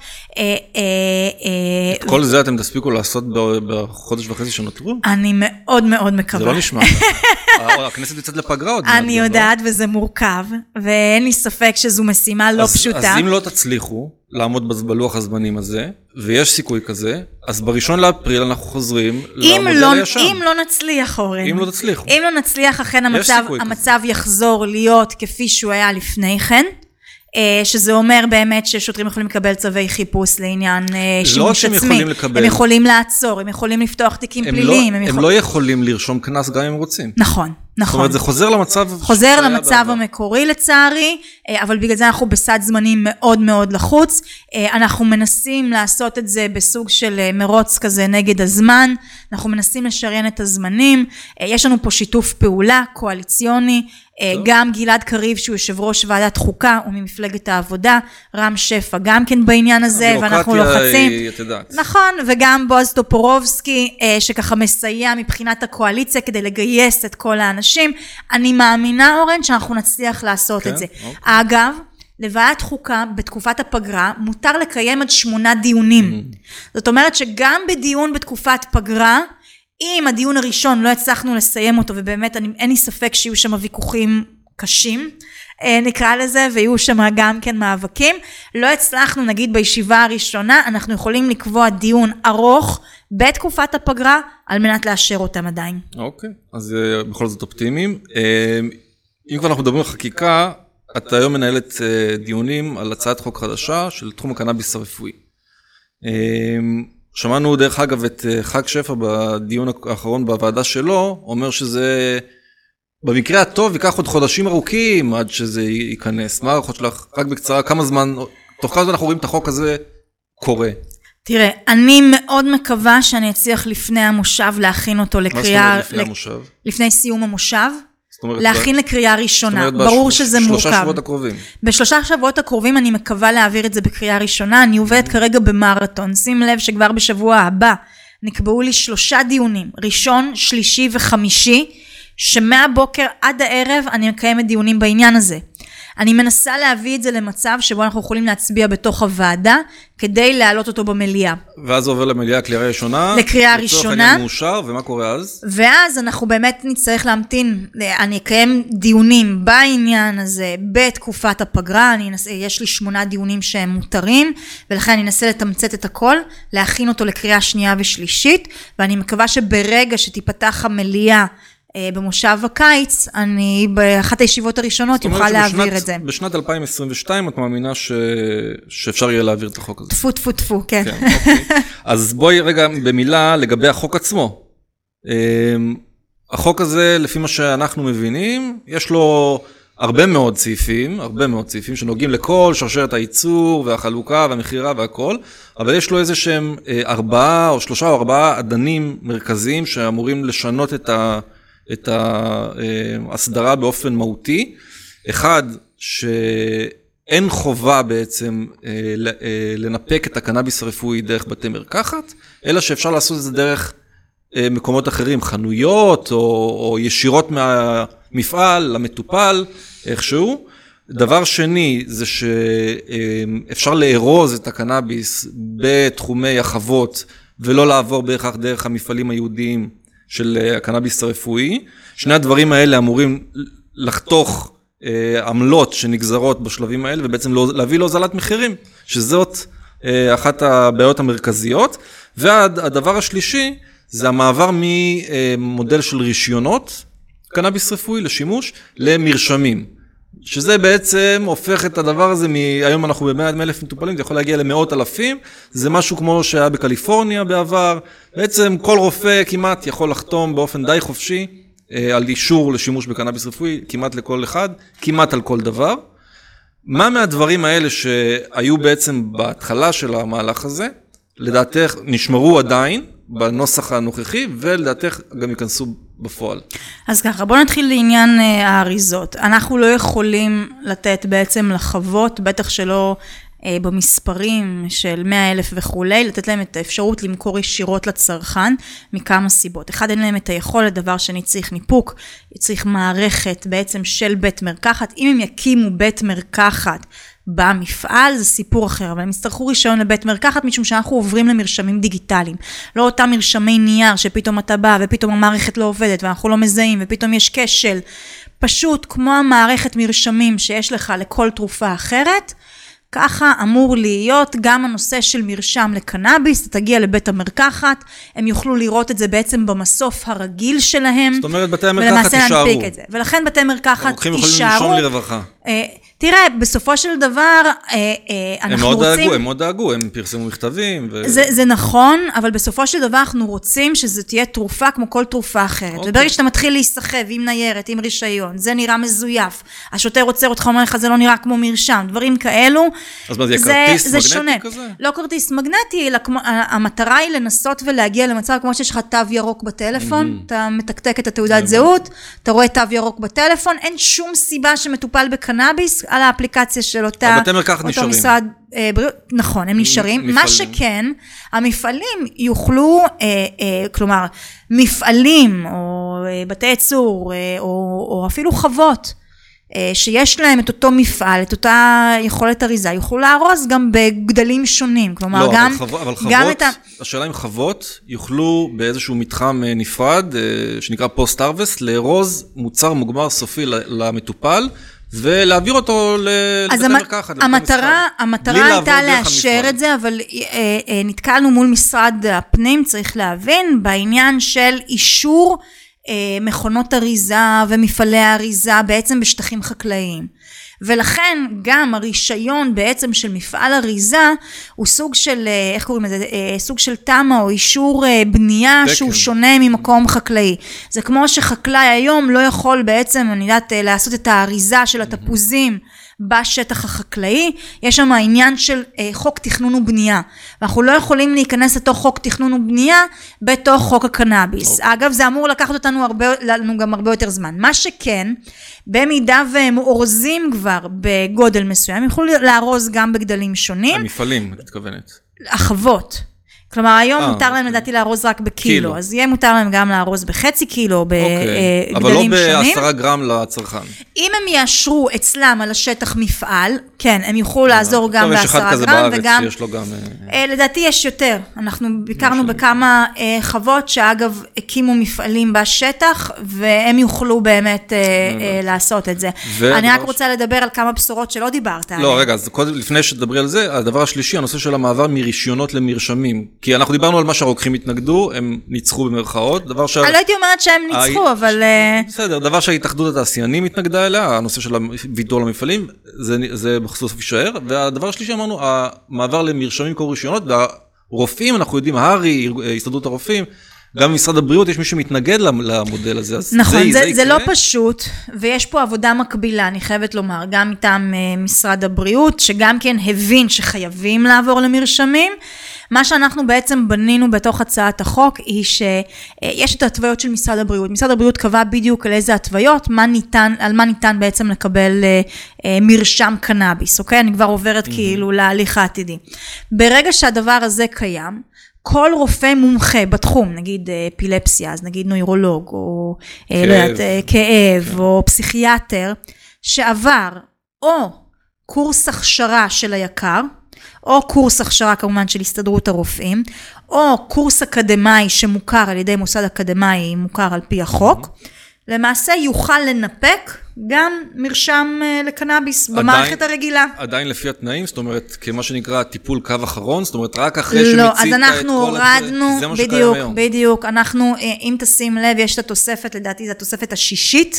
את כל זה אתם תספיקו לעשות בחודש וחצי שנותרו? אני מאוד מאוד מקווה. זה לא נשמע. הכנסת יוצאת לפגרה עוד. אני יודעת וזה מורכב, ואין לי ספק שזו משימה לא פשוטה. אז אם לא תצליחו, לעמוד בלוח הזמנים הזה, ויש סיכוי כזה, אז בראשון לאפריל אנחנו חוזרים למודל הישן. אם לא נצליח, אורן. אם לא תצליחו. אם לא נצליח, אכן המצב, המצב יחזור להיות כפי שהוא היה לפני כן, שזה אומר באמת ששוטרים יכולים לקבל צווי חיפוש לעניין שימוש עצמי. הם יכולים לעצור, הם יכולים לפתוח תיקים פליליים. הם לא יכולים לרשום כנס גם אם הם רוצים. נכון. נכון. זאת אומרת, זה חוזר למצב... חוזר למצב המקורי לצערי, אבל בגלל זה אנחנו בסד זמנים מאוד מאוד לחוץ. אנחנו מנסים לעשות את זה בסוג של מרוץ כזה נגד הזמן. אנחנו מנסים לשריין את הזמנים. יש לנו פה שיתוף פעולה קואליציוני. גם גלעד קריב שהוא יושב ראש ועדת חוקה וממפלגת העבודה. רם שפע גם כן בעניין הזה, ואנחנו לוחצים. נכון, וגם בועז טופורובסקי שככה מסייע מבחינת הקואליציה כדי לגייס את כל האנשים. אני מאמינה, אורן, שאנחנו נצליח לעשות okay, את זה. Okay. אגב, לוועדת חוקה, בתקופת הפגרה, מותר לקיים עד שמונה דיונים. Mm-hmm. זאת אומרת שגם בדיון בתקופת פגרה, אם הדיון הראשון לא הצלחנו לסיים אותו, ובאמת אני, אין לי ספק שיהיו שם ויכוחים קשים, נקרא לזה, ויהיו שם גם כן מאבקים, לא הצלחנו, נגיד בישיבה הראשונה, אנחנו יכולים לקבוע דיון ארוך, בתקופת הפגרה, על מנת לאשר אותם עדיין. אוקיי, אז בכל זאת אופטימיים. אם כבר אנחנו מדברים על חקיקה, את היום מנהלת דיונים על הצעת חוק חדשה של תחום הקנאביס הרפואי. שמענו דרך אגב את חג שפע בדיון האחרון בוועדה שלו, אומר שזה במקרה הטוב ייקח עוד חודשים ארוכים עד שזה ייכנס. מה הערכות שלך? רק בקצרה, כמה זמן, תוך כמה זמן אנחנו רואים את החוק הזה קורה? תראה, אני מאוד מקווה שאני אצליח לפני המושב להכין אותו לקריאה... מה זאת אומרת לפני המושב? לפני סיום המושב. להכין לקריאה ראשונה. ברור שזה מורכב. בשלושה שבועות הקרובים. בשלושה שבועות הקרובים אני מקווה להעביר את זה בקריאה ראשונה. אני עובדת כרגע במרתון. שים לב שכבר בשבוע הבא נקבעו לי שלושה דיונים. ראשון, שלישי וחמישי, שמהבוקר עד הערב אני מקיימת דיונים בעניין הזה. אני מנסה להביא את זה למצב שבו אנחנו יכולים להצביע בתוך הוועדה, כדי להעלות אותו במליאה. ואז עובר למליאה קריאה ראשונה. לקריאה ראשונה. מאושר, ומה קורה אז? ואז אנחנו באמת נצטרך להמתין, אני אקיים דיונים בעניין הזה, בתקופת הפגרה, אני אנסה, יש לי שמונה דיונים שהם מותרים, ולכן אני אנסה לתמצת את הכל, להכין אותו לקריאה שנייה ושלישית, ואני מקווה שברגע שתיפתח המליאה, במושב הקיץ, אני באחת הישיבות הראשונות יוכל להעביר את זה. בשנת אלפיים עשרים ושתיים את מאמינה ש... שאפשר יהיה להעביר את החוק הזה. טפו, טפו, טפו, כן. כן אוקיי. אז בואי רגע במילה לגבי החוק עצמו. החוק הזה, לפי מה שאנחנו מבינים, יש לו הרבה מאוד סעיפים, הרבה מאוד סעיפים שנוגעים לכל שרשרת הייצור והחלוקה והמחירה והכל, אבל יש לו איזה שהם ארבעה או שלושה או ארבעה עדנים מרכזיים שאמורים לשנות את ה... את ההסדרה באופן מהותי. אחד, שאין חובה בעצם לנפק את הקנאביס הרפואי דרך בתי מרקחת, אלא שאפשר לעשות את זה דרך מקומות אחרים, חנויות או, או ישירות מהמפעל למטופל, איכשהו. דבר שני, זה שאפשר לארוז את הקנאביס בתחומי החוות, ולא לעבור בהכרח דרך המפעלים היהודיים, של הקנאביס הרפואי. שני הדברים האלה אמורים לחתוך אה, עמלות שנגזרות בשלבים האלה, ובעצם לא, להביא להוזלת מחירים, שזאת אה, אחת הבעיות המרכזיות. והדבר השלישי, זה המעבר ממודל של רישיונות, קנאביס רפואי לשימוש, למרשמים. שזה בעצם הופך את הדבר הזה, היום אנחנו ב-מאה אלף מטופלים, זה יכול להגיע למאות אלפים, זה משהו כמו שהיה בקליפורניה בעבר, בעצם כל רופא כמעט יכול לחתום באופן די חופשי, על אישור לשימוש בקנאביס רפואי, כמעט לכל אחד, כמעט על כל דבר. מה מהדברים האלה שהיו בעצם בהתחלה של המהלך הזה, לדעתך נשמרו עדיין, בנוסח הנוכחי, ולדעתך גם ייכנסו בפועל. אז ככה, בואו נתחיל לעניין האריזות. אנחנו לא יכולים לתת בעצם לחוות, בטח שלא אה, במספרים של מאה אלף וכולי, לתת להם את האפשרות למכור ישירות לצרכן, מכמה סיבות. אחד, אין להם את היכולת, דבר שני צריך ניפוק, צריך מערכת בעצם של בית מרקחת. אם הם יקימו בית מרקחת, במפעל זה סיפור אחר, אבל הם יצטרכו רישיון לבית מרקחת, משום שאנחנו עוברים למרשמים דיגיטליים. לא אותם מרשמי נייר שפתאום אתה בא, ופתאום המערכת לא עובדת, ואנחנו לא מזהים, ופתאום יש כשל. פשוט כמו המערכת מרשמים שיש לך לכל תרופה אחרת, ככה אמור להיות גם הנושא של מרשם לקנאביס, אתה תגיע לבית המרקחת, הם יוכלו לראות את זה בעצם במסוף הרגיל שלהם. זאת אומרת, בתי המרקחת יישארו. ולכן בתי מרקחת יישארו. הרוקחים יכולים לנשום לרווחה. תראה, בסופו של דבר, אנחנו רוצים... הם מאוד דאגו, הם פרסמו מכתבים. זה נכון, אבל בסופו של דבר אנחנו רוצים שזה תהיה תרופה כמו כל תרופה אחרת. וברגע שאתה מתחיל להיסחב עם ניירת, עם רישיון, זה נראה מזויף, השוטר רוצה אותך, אומר לך, זה לא נראה כמו מרשם, דברים כאלו. אז מה, זה כרטיס מגנטי כזה? לא כרטיס מגנטי, אלא המטרה היא לנסות ולהגיע למצב כמו שיש לך תו ירוק בטלפון, אתה מתקתק את התעודת זהות, אתה רואה תו ירוק בטלפון, אין שום סיבה שמטופל בקנאביס על האפליקציה של אותה, אותו משרד בריאות, נכון, הם נשארים. מה שכן, המפעלים יוכלו, כלומר, מפעלים או בתי ייצור או אפילו חוות, שיש להם את אותו מפעל, את אותה יכולת אריזה, יוכלו לארוז גם בגדלים שונים, כלומר, גם... לא, אבל חוות, השאלה אם חוות יוכלו באיזשהו מתחם נפרד, שנקרא פוסט-ארווסט, לארוז מוצר מוגמר סופי למטופל, ולהעביר אותו לבתי מרקחת. המטרה, המטרה הייתה לאשר את זה, אבל נתקלנו מול משרד הפנים, צריך להבין, בעניין של אישור מכונות אריזה ומפעלי אריזה בעצם בשטחים חקלאיים. ולכן גם הרישיון בעצם של מפעל אריזה הוא סוג של, איך קוראים לזה, סוג של תמה או אישור בנייה תקן. שהוא שונה ממקום חקלאי. זה כמו שחקלאי היום לא יכול בעצם, אני יודעת, לעשות את האריזה של התפוזים בשטח החקלאי, יש שם העניין של אה, חוק תכנון ובנייה, ואנחנו לא יכולים להיכנס לתוך חוק תכנון ובנייה, בתוך חוק הקנאביס. Okay. אגב, זה אמור לקחת אותנו הרבה, לנו גם הרבה יותר זמן. מה שכן, במידה והם אורזים כבר בגודל מסוים, הם יכולו לארוז גם בגדלים שונים. המפעלים, את מתכוונת. החוות. כלומר, היום 아, מותר להם לדעתי לארוז רק בקילו, קילו. אז יהיה מותר להם גם לארוז בחצי קילו, בגדלים שונים. אבל לא בעשרה גרם לצרכן. אם הם יאשרו אצלם על השטח מפעל, כן, הם יוכלו לעזור גם בעשרה גרם, וגם, לדעתי יש יותר. אנחנו ביקרנו בכמה חוות, שאגב, הקימו מפעלים בשטח, והם יוכלו באמת לעשות את זה. אני רק רוצה לדבר על כמה בשורות שלא דיברת עליהן. לא, רגע, אז לפני שתדברי על זה, הדבר השלישי, הנושא של המעבר מרישיונות למרשמים. כי אנחנו דיברנו על מה שהרוקחים התנגדו, הם ניצחו במרכאות, דבר ש... אני לא הייתי אומרת שהם ניצחו, אבל... בסדר, דבר שההתאחדות התעשיינים התנגדה אליה, הנושא של הוויתור למפעלים, זה בסוף יישאר, והדבר השלישי אמרנו, המעבר למרשמים כל רישיונות, והרופאים, אנחנו יודעים, הרי, הסתדרות הרופאים, גם במשרד הבריאות יש מי שמתנגד למודל הזה. נכון, זה, זה, זה לא פשוט, ויש פה עבודה מקבילה, אני חייבת לומר, גם מטעם משרד הבריאות, שגם כן הבין שחייבים לעבור למרשמים. מה שאנחנו בעצם בנינו בתוך הצעת החוק, היא שיש את ההתוויות של משרד הבריאות. משרד הבריאות קבע בדיוק על איזה התוויות, מה ניתן, על מה ניתן בעצם לקבל מרשם קנאביס, אוקיי? אני כבר עוברת כאילו להליך העתידי. ברגע שהדבר הזה קיים, כל רופא מומחה בתחום, נגיד אפילפסיה, אז נגיד נוירולוג, או כאב, לא יודעת, כאב כן. או פסיכיאטר, שעבר או קורס הכשרה של היקר, או קורס הכשרה כמובן של הסתדרות הרופאים, או קורס אקדמאי שמוכר על ידי מוסד אקדמאי, מוכר על פי החוק, למעשה יוכל לנפק גם מרשם לקנאביס במערכת הרגילה. עדיין לפי התנאים, זאת אומרת, כמה שנקרא טיפול קו אחרון, זאת אומרת, רק אחרי שמיצית את כל... לא, אז אנחנו הורדנו, בדיוק, בדיוק, אנחנו, אם תשים לב, יש את התוספת, לדעתי זו התוספת השישית,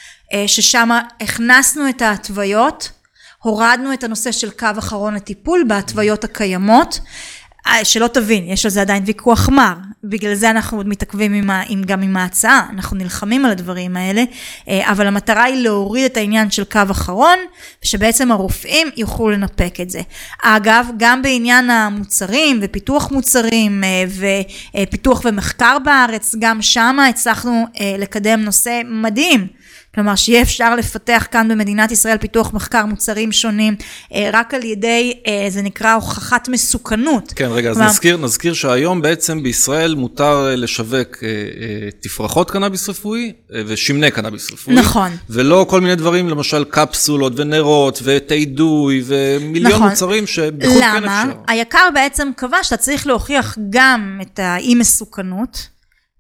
ששם הכנסנו את ההתוויות, הורדנו את הנושא של קו אחרון לטיפול בהתוויות הקיימות, שלא תבין, יש על זה עדיין ויכוח מר, בגלל זה אנחנו עוד מתעכבים עם, עם, גם עם ההצעה, אנחנו נלחמים על הדברים האלה, אבל המטרה היא להוריד את העניין של קו אחרון, ושבעצם הרופאים יוכלו לנפק את זה. אגב, גם בעניין המוצרים ופיתוח מוצרים ופיתוח ומחקר בארץ, גם שם הצלחנו לקדם נושא מדהים, כלומר שיהיה אפשר לפתח כאן במדינת ישראל פיתוח מחקר מוצרים שונים, רק על ידי, זה נקרא הוכחת מסוכנות. כן, רגע, אז נזכיר, נזכיר שהיום בעצם בישראל מותר לשווק תפרחות קנאביס רפואי ושמני קנאביס רפואי. נכון. ולא כל מיני דברים, למשל קפסולות ונרות ותידוי ומיליון נכון. מוצרים שבחוד כן אפשר. למה? היקר בעצם קבע שאתה צריך להוכיח גם את האי מסוכנות,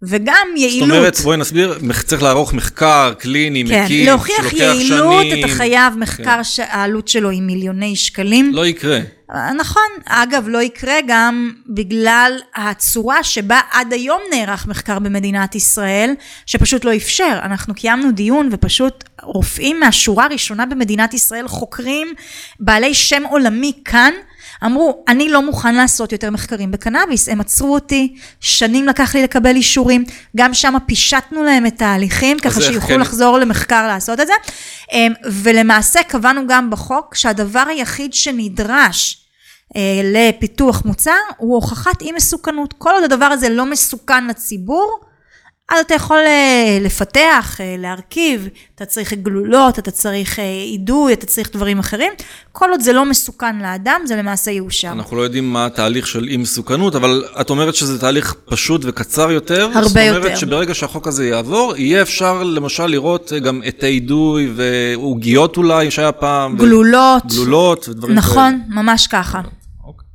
וגם יעילות. זאת אומרת, בואי נסביר, צריך לערוך מחקר קליני, כן, מקיף, להוכיח יעילות, אתה חייב מחקר כן. שהעלות שלו היא מיליוני שקלים. לא יקרה. נכון, אגב, לא יקרה גם בגלל הצורה שבה עד היום נערך מחקר במדינת ישראל, שפשוט לא אפשר. אנחנו קיימנו דיון ופשוט רופאים מהשורה הראשונה במדינת ישראל, חוקרים בעלי שם עולמי כאן, אמרו, אני לא מוכן לעשות יותר מחקרים בקנאביס, הם עצרו אותי, שנים לקח לי לקבל אישורים, גם שם פישטנו להם את ההליכים, ככה שיוכלו כן. לחזור למחקר לעשות את זה, ולמעשה קבענו גם בחוק, שהדבר היחיד שנדרש לפיתוח מוצר, הוא הוכחת אי מסוכנות, כל עוד הדבר הזה לא מסוכן לציבור, אז אתה יכול לפתח, להרכיב, אתה צריך גלולות, אתה צריך עידוי, אתה צריך דברים אחרים, כל עוד זה לא מסוכן לאדם, זה למעשה יאושר. אנחנו לא יודעים מה התהליך של אי מסוכנות, אבל את אומרת שזה תהליך פשוט וקצר יותר. הרבה יותר. זאת אומרת שברגע שהחוק הזה יעבור, יהיה אפשר למשל לראות גם את העידוי ועוגיות אולי, שהיה פעם. גלולות. גלולות ודברים כאלה. נכון, ממש ככה. אוקיי.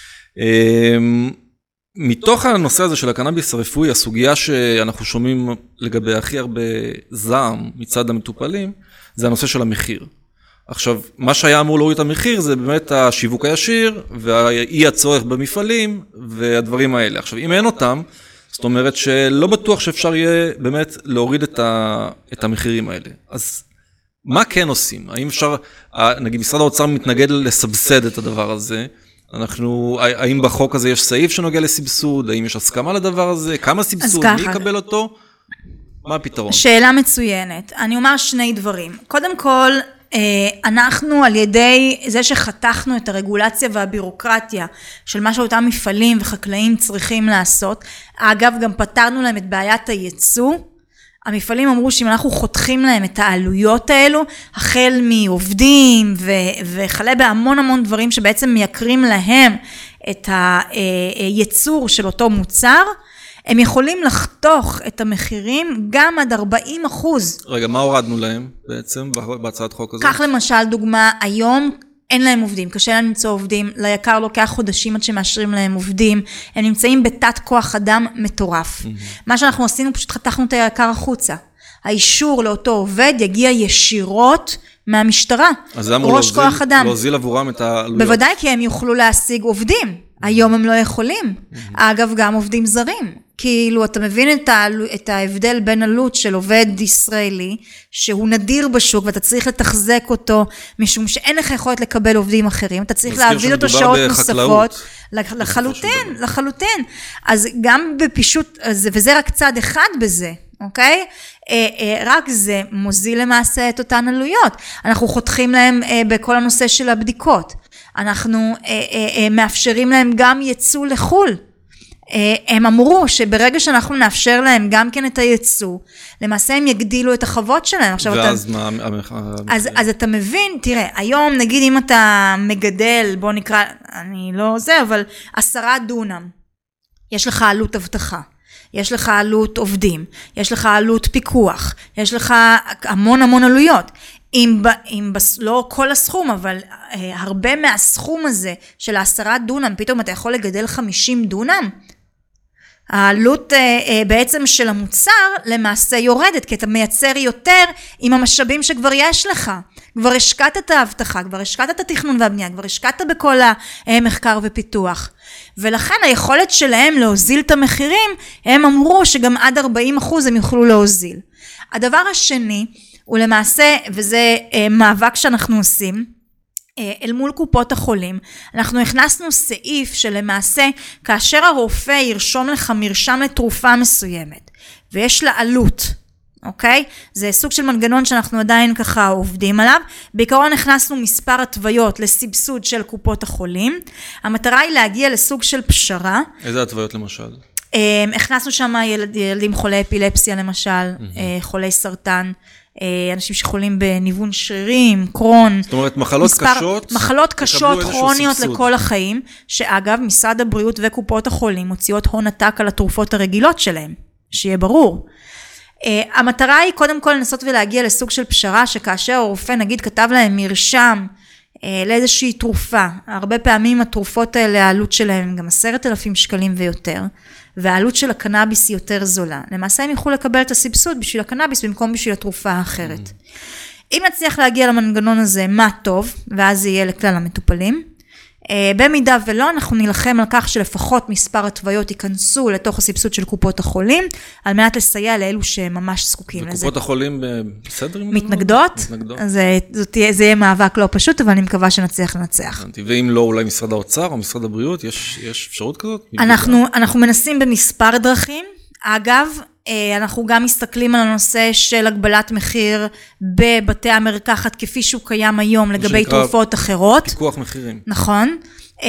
מתוך הנושא הזה של הקנאביס הרפואי, הסוגיה שאנחנו שומעים לגבי הכי הרבה זעם מצד המטופלים, זה הנושא של המחיר. עכשיו, מה שהיה אמור להוריד את המחיר זה באמת השיווק הישיר, והאי הצורך במפעלים, והדברים האלה. עכשיו, אם אין אותם, זאת אומרת שלא בטוח שאפשר יהיה באמת להוריד את, ה, את המחירים האלה. אז מה כן עושים? האם אפשר, נגיד משרד האוצר מתנגד לסבסד את הדבר הזה, אנחנו, האם בחוק הזה יש סעיף שנוגע לסבסוד? האם יש הסכמה לדבר הזה? כמה סבסוד? מי יקבל אותו? מה הפתרון? שאלה מצוינת. אני אומר שני דברים. קודם כל, אנחנו על ידי זה שחתכנו את הרגולציה והבירוקרטיה של מה שאותם מפעלים וחקלאים צריכים לעשות, אגב גם פתרנו להם את בעיית הייצוא, המפעלים אמרו שאם אנחנו חותכים להם את העלויות האלו, החל מעובדים ו- וכלה בהמון המון דברים שבעצם מייקרים להם את הייצור של אותו מוצר, הם יכולים לחתוך את המחירים גם עד ארבעים אחוז. רגע, מה הורדנו להם בעצם בהצעת חוק הזאת? כך למשל דוגמה, היום אין להם עובדים, קשה להם למצוא עובדים, ליקר לוקח חודשים עד שמאשרים להם עובדים, הם נמצאים בתת כוח אדם מטורף. Mm-hmm. מה שאנחנו עשינו, פשוט חתכנו את היקר החוצה. האישור לאותו עובד יגיע ישירות מהמשטרה. אז זה אמור להוזיל, להוזיל עבורם את העלויות. בוודאי, כי הם יוכלו להשיג עובדים. היום הם לא יכולים. Mm-hmm. אגב, גם עובדים זרים. כאילו, אתה מבין את, העל... את ההבדל בין עלות של עובד ישראלי, שהוא נדיר בשוק, ואתה צריך לתחזק אותו, משום שאין לך יכולת לקבל עובדים אחרים, אתה צריך להביא אותו שעות נוספות. לחלוטין, לחלוטין. אז גם בפישוט, וזה רק צד אחד בזה, אוקיי? רק זה מוזיל למעשה את אותן עלויות. אנחנו חותכים להם בכל הנושא של הבדיקות. אנחנו מאפשרים להם גם ייצוא לחול. הם אמרו שברגע שאנחנו נאפשר להם גם כן את הייצוא, למעשה הם יגדילו את החוות שלהם. ואז אתה, מה? אז, אז אתה מבין, תראה, היום נגיד אם אתה מגדל, בוא נקרא, אני לא זה, אבל עשרה דונם, יש לך עלות הבטחה. יש לך עלות עובדים, יש לך עלות פיקוח, יש לך המון המון עלויות. אם, אם בס, לא כל הסכום, אבל אה, הרבה מהסכום הזה של העשרה דונם, פתאום אתה יכול לגדל חמישים דונם, העלות אה, אה, בעצם של המוצר למעשה יורדת, כי אתה מייצר יותר עם המשאבים שכבר יש לך. כבר השקעת את ההבטחה, כבר השקעת את התכנון והבנייה, כבר השקעת בכל המחקר ופיתוח. ולכן היכולת שלהם להוזיל את המחירים, הם אמרו שגם עד ארבעים אחוז הם יוכלו להוזיל. הדבר השני, ולמעשה, וזה אה, מאבק שאנחנו עושים, אה, אל מול קופות החולים, אנחנו הכנסנו סעיף שלמעשה, כאשר הרופא ירשום לך מרשם לתרופה מסוימת, ויש לה עלות, אוקיי? זה סוג של מנגנון שאנחנו עדיין ככה עובדים עליו, בעיקרון הכנסנו מספר התוויות לסבסוד של קופות החולים, המטרה היא להגיע לסוג של פשרה. איזה התוויות למשל? הכנסנו שם ילד, ילדים חולי אפילפסיה למשל, mm-hmm. חולי סרטן, אנשים שחולים בניוון שרירים, קרון. זאת אומרת, מחלות מספר, קשות. מחלות קשות, כרוניות לכל החיים, שאגב, משרד הבריאות וקופות החולים מוציאות הון עתק על התרופות הרגילות שלהם, שיהיה ברור. Uh, המטרה היא קודם כל לנסות ולהגיע לסוג של פשרה, שכאשר הרופא נגיד כתב להם מרשם, uh, לאיזושהי תרופה. הרבה פעמים התרופות האלה, העלות שלהם גם עשרת אלפים שקלים ויותר, והעלות של הקנאביס היא יותר זולה. למעשה הם יוכלו לקבל את הסבסוד בשביל הקנאביס במקום בשביל התרופה האחרת. אם נצליח להגיע למנגנון הזה, מה טוב, ואז זה יהיה לכלל המטופלים. במידה ולא, אנחנו נלחם על כך שלפחות מספר התוויות ייכנסו לתוך הסבסוד של קופות החולים, על מנת לסייע לאלו שממש זקוקים לזה. וקופות החולים בסדר? מתנגדות? מתנגדות. אז זה יהיה מאבק לא פשוט, אבל אני מקווה שנצליח לנצח. ואם לא, אולי משרד האוצר או משרד הבריאות, יש אפשרות כזאת? אנחנו מנסים במספר דרכים. אגב, אנחנו גם מסתכלים על הנושא של הגבלת מחיר בבתי המרקחת כפי שהוא קיים היום לגבי תרופות אחרות. פיקוח מחירים. נכון.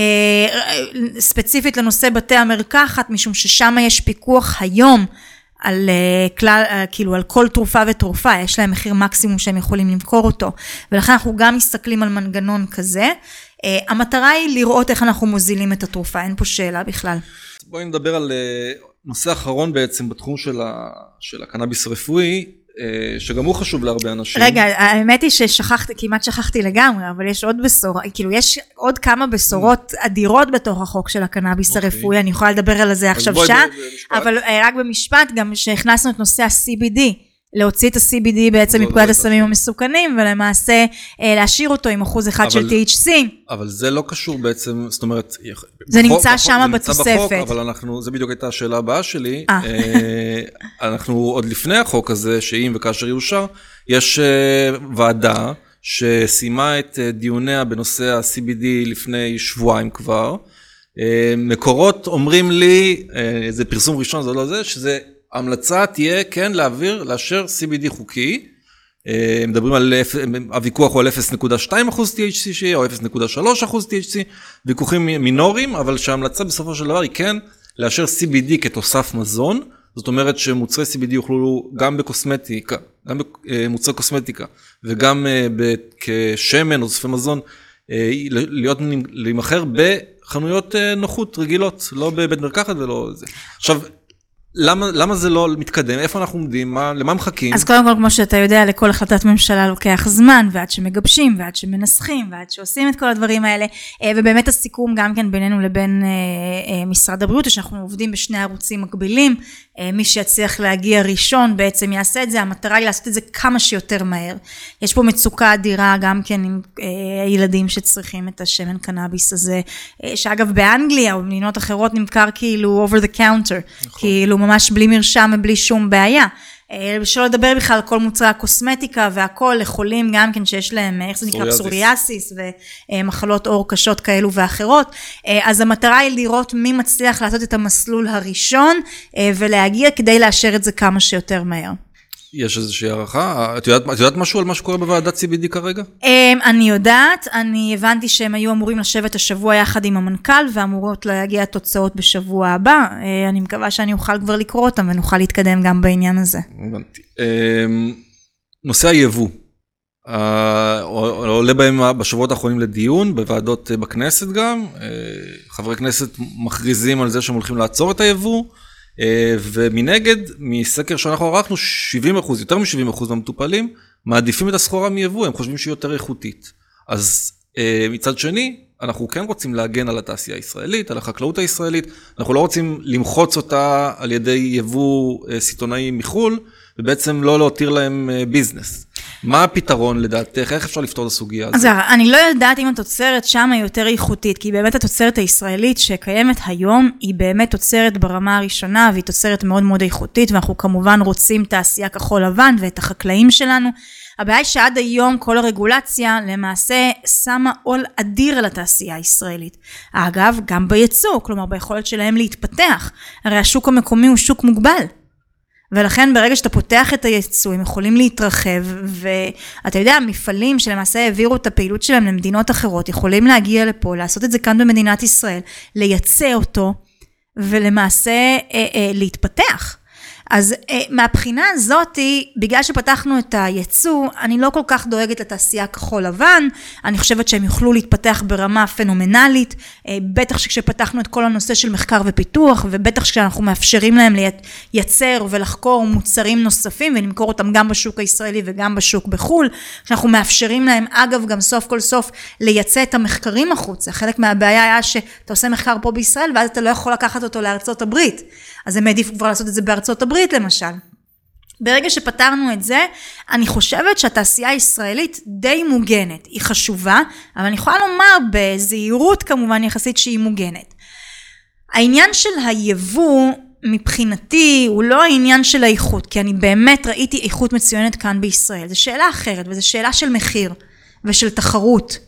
ספציפית לנושא בתי המרקחת, משום ששם יש פיקוח היום על כלל, כאילו על כל תרופה ותרופה, יש להם מחיר מקסימום שהם יכולים למכור אותו, ולכן אנחנו גם מסתכלים על מנגנון כזה. המטרה היא לראות איך אנחנו מוזילים את התרופה, אין פה שאלה בכלל. בואי נדבר על נושא אחרון בעצם בתחום של, ה, של הקנאביס רפואי, שגם הוא חשוב להרבה אנשים. רגע, האמת היא ששכחתי, כמעט שכחתי לגמרי, אבל יש עוד בשורה, כאילו יש עוד כמה בשורות אדירות בתוך החוק של הקנאביס הרפואי, אני יכולה לדבר על זה עכשיו שעה, אבל רק במשפט גם שהכנסנו את נושא ה-סי בי די, להוציא את ה-סי בי די בעצם מפקודת הסמים המסוכנים, ולמעשה להשאיר אותו עם אחוז אחד של טי אייץ' סי. אבל זה לא קשור בעצם, זאת אומרת, זה נמצא שם בתוספת. אבל אנחנו, זה בדיוק הייתה השאלה הבאה שלי, אנחנו עוד לפני החוק הזה, שאם וכאשר יאושר, יש ועדה שסיימה את דיוניה בנושא ה-סי בי די לפני שבועיים כבר. מקורות אומרים לי, זה פרסום ראשון, זה לא זה, שזה ההמלצה תהיה כן להעביר, לאשר סי בי די חוקי, מדברים על, הוויכוח הוא על אפס נקודה שתיים אחוז טי אייץ' סי או אפס נקודה שלוש אחוז טי אייץ' סי, ויכוחים מינוריים, אבל שההמלצה בסופו של דבר היא כן לאשר סי בי די כתוסף מזון, זאת אומרת שמוצרי סי בי די יוכלו גם בקוסמטיקה, גם במוצרי קוסמטיקה, וגם כשמן או תוספי מזון, להיות להימכר בחנויות נוחות רגילות, לא בבית מרקחת ולא זה. עכשיו, למה, למה זה לא מתקדם? איפה אנחנו עומדים? מה, למה מחכים? אז קודם כל, כמו שאתה יודע, לכל החלטת ממשלה לוקח זמן, ועד שמגבשים, ועד שמנסחים, ועד שעושים את כל הדברים האלה, ובאמת הסיכום גם כן בינינו לבין משרד הבריאות, שאנחנו עובדים בשני ערוצים מקבילים, מי שיצליח להגיע ראשון בעצם יעשה את זה, המטרה היא לעשות את זה כמה שיותר מהר. יש פה מצוקה אדירה גם כן עם ילדים שצריכים את השמן קנאביס הזה, שאגב באנגליה או במדינות אחרות נמכר כאילו over the counter, כאילו ממש בלי מרשם ובלי שום בעיה. שלא לדבר בכלל על כל מוצרי הקוסמטיקה והכל לחולים גם כן שיש להם, איך זה נקרא, פסוריאסיס ומחלות עור קשות כאלו ואחרות. אז המטרה היא לראות מי מצליח לעשות את המסלול הראשון ולהגיע כדי לאשר את זה כמה שיותר מהר. יש איזושהי הערכה? את יודעת, את יודעת משהו על מה שקורה בוועדת סי בי די כרגע? אני יודעת, אני הבנתי שהם היו אמורים לשבת השבוע יחד עם המנכ"ל, ואמורות להגיע התוצאות בשבוע הבא. אני מקווה שאני אוכל כבר לקרוא אותם, ונוכל להתקדם גם בעניין הזה. הבנתי. נושא היבוא. עולה בהם בשבועות האחרונים לדיון, בוועדות בכנסת גם. חברי כנסת מכריזים על זה שהם הולכים לעצור את היבוא. ומנגד, מסקר שאנחנו ערכנו, שבעים אחוז, יותר מ-שבעים אחוז מהמטופלים, מעדיפים את הסחורה מיבוא, הם חושבים שהיא יותר איכותית. אז מצד שני, אנחנו כן רוצים להגן על התעשייה הישראלית, על החקלאות הישראלית, אנחנו לא רוצים למחוץ אותה על ידי יבוא סיטונאי מחול, ובעצם לא להותיר להם ביזנס. מה הפתרון לדעתך? איך אפשר לפתור את הסוגיה הזאת? אז אני לא יודעת אם התוצרת שם היא יותר איכותית, כי באמת התוצרת הישראלית שקיימת היום, היא באמת תוצרת ברמה הראשונה, והיא תוצרת מאוד מאוד איכותית, ואנחנו כמובן רוצים תעשייה כחול לבן ואת החקלאים שלנו. הבעיה היא שעד היום כל הרגולציה למעשה שמה עול אדיר על התעשייה הישראלית. אגב, גם בייצוא, כלומר ביכולת שלהם להתפתח. הרי השוק המקומי הוא שוק מוגבל. ולכן ברגע שאתה פותח את הייצוא, הם יכולים להתרחב, ואתה יודע, המפעלים שלמעשה העבירו את הפעילות שלהם למדינות אחרות, יכולים להגיע לפה, לעשות את זה כאן במדינת ישראל, לייצא אותו, ולמעשה אה, אה, להתפתח. אז מהבחינה הזאת, בגלל שפתחנו את הייצוא, אני לא כל כך דואגת לתעשייה כחול לבן, אני חושבת שהם יוכלו להתפתח ברמה פנומנלית, בטח שכשפתחנו את כל הנושא של מחקר ופיתוח, ובטח כשאנחנו מאפשרים להם לייצר ולחקור מוצרים נוספים, ולמכור אותם גם בשוק הישראלי וגם בשוק בחול, שאנחנו מאפשרים להם, אגב, גם סוף כל סוף, לייצא את המחקרים החוצה. חלק מהבעיה היה שאתה עושה מחקר פה בישראל, ואז אתה לא יכול לקחת אותו לארצות הברית. אז הם העדיפו כבר לעשות את זה בארצות הברית, למשל. ברגע שפתרנו את זה, אני חושבת שהתעשייה הישראלית די מוגנת. היא חשובה, אבל אני יכולה לומר בזהירות כמובן יחסית שהיא מוגנת. העניין של היבוא מבחינתי הוא לא העניין של האיכות, כי אני באמת ראיתי איכות מצוינת כאן בישראל. זו שאלה אחרת, וזו שאלה של מחיר ושל תחרות.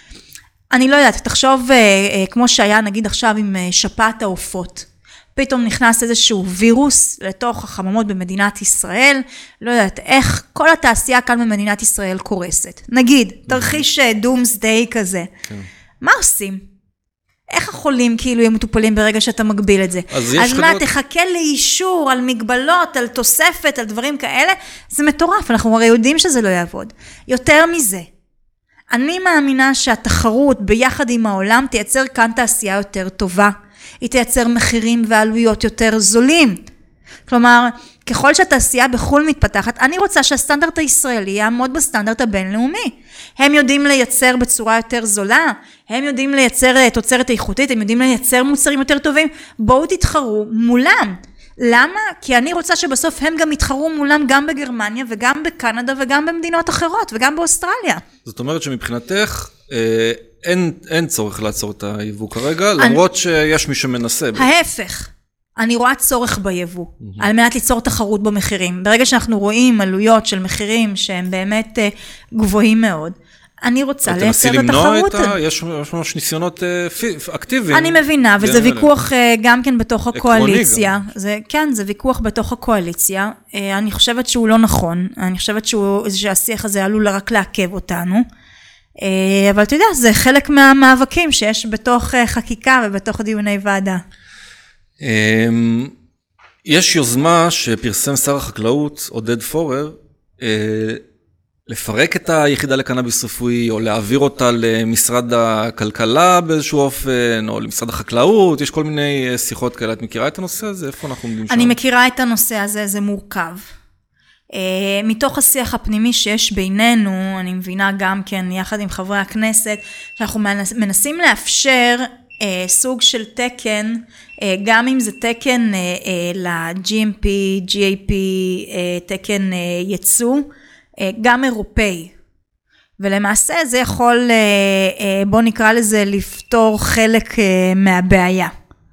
אני לא יודעת, תחשוב כמו שהיה נגיד עכשיו עם שפעת העופות. פתאום נכנס איזשהו וירוס לתוך החממות במדינת ישראל, לא יודעת איך כל התעשייה כאן במדינת ישראל קורסת. נגיד, תרחיש דומסדיי כזה. מה עושים? איך החולים כאילו יהיו מטופלים ברגע שאתה מגביל את זה? אז, אז מה, חדות... תחכה לאישור על מגבלות, על תוספת, על דברים כאלה? זה מטורף, אנחנו הרי יודעים שזה לא יעבוד. יותר מזה, אני מאמינה שהתחרות ביחד עם העולם תייצר כאן תעשייה יותר טובה. היא תייצר מחירים ועלויות יותר זולים. כלומר, ככל שהתעשייה בחול מתפתחת, אני רוצה שהסטנדרט הישראלי יעמוד בסטנדרט הבינלאומי. הם יודעים לייצר בצורה יותר זולה, הם יודעים לייצר תוצרת איכותית, הם יודעים לייצר מוצרים יותר טובים, בואו תתחרו מולם. למה? כי אני רוצה שבסוף הם גם יתחרו מולם גם בגרמניה וגם בקנדה וגם במדינות אחרות וגם באוסטרליה. זאת אומרת שמבחינתך אה, אין, אין צורך לעצור את היבוא כרגע, אני, למרות שיש מי שמנסה. ההפך. אני רואה צורך ביבוא, mm-hmm. על מנת ליצור תחרות במחירים. ברגע שאנחנו רואים עלויות של מחירים שהם באמת uh, גבוהים מאוד, אני רוצה לייצר את התחרות. ה... יש ממש ניסיונות uh, אקטיביים. אני מבינה, וזה ויכוח uh, גם כן בתוך הקואליציה. זה, כן, זה ויכוח בתוך הקואליציה. Uh, אני חושבת שהוא לא נכון. אני חושבת שהוא, שהשיח הזה עלול רק לעכב אותנו. Uh, אבל אתה יודע, זה חלק מהמאבקים שיש בתוך uh, חקיקה ובתוך דיוני ועדה. יש יוזמה שפרסם שר החקלאות, עודד פורר, לפרק את היחידה לקנאביס רפואי, או להעביר אותה למשרד הכלכלה באיזשהו אופן, או למשרד החקלאות, יש כל מיני שיחות כאלה. את מכירה את הנושא הזה? איפה אנחנו עומדים שם? אני מכירה את הנושא הזה, זה מורכב. מתוך השיח הפנימי שיש בינינו, אני מבינה גם כן, יחד עם חברי הכנסת, שאנחנו מנסים לאפשר סוג של תקן, גם אם זה תקן ל-ג'י אם פי, ג'י איי פי, תקן ייצוא, גם אירופאי. ולמעשה זה יכול, בוא נקרא לזה, לפתור חלק מהבעיה.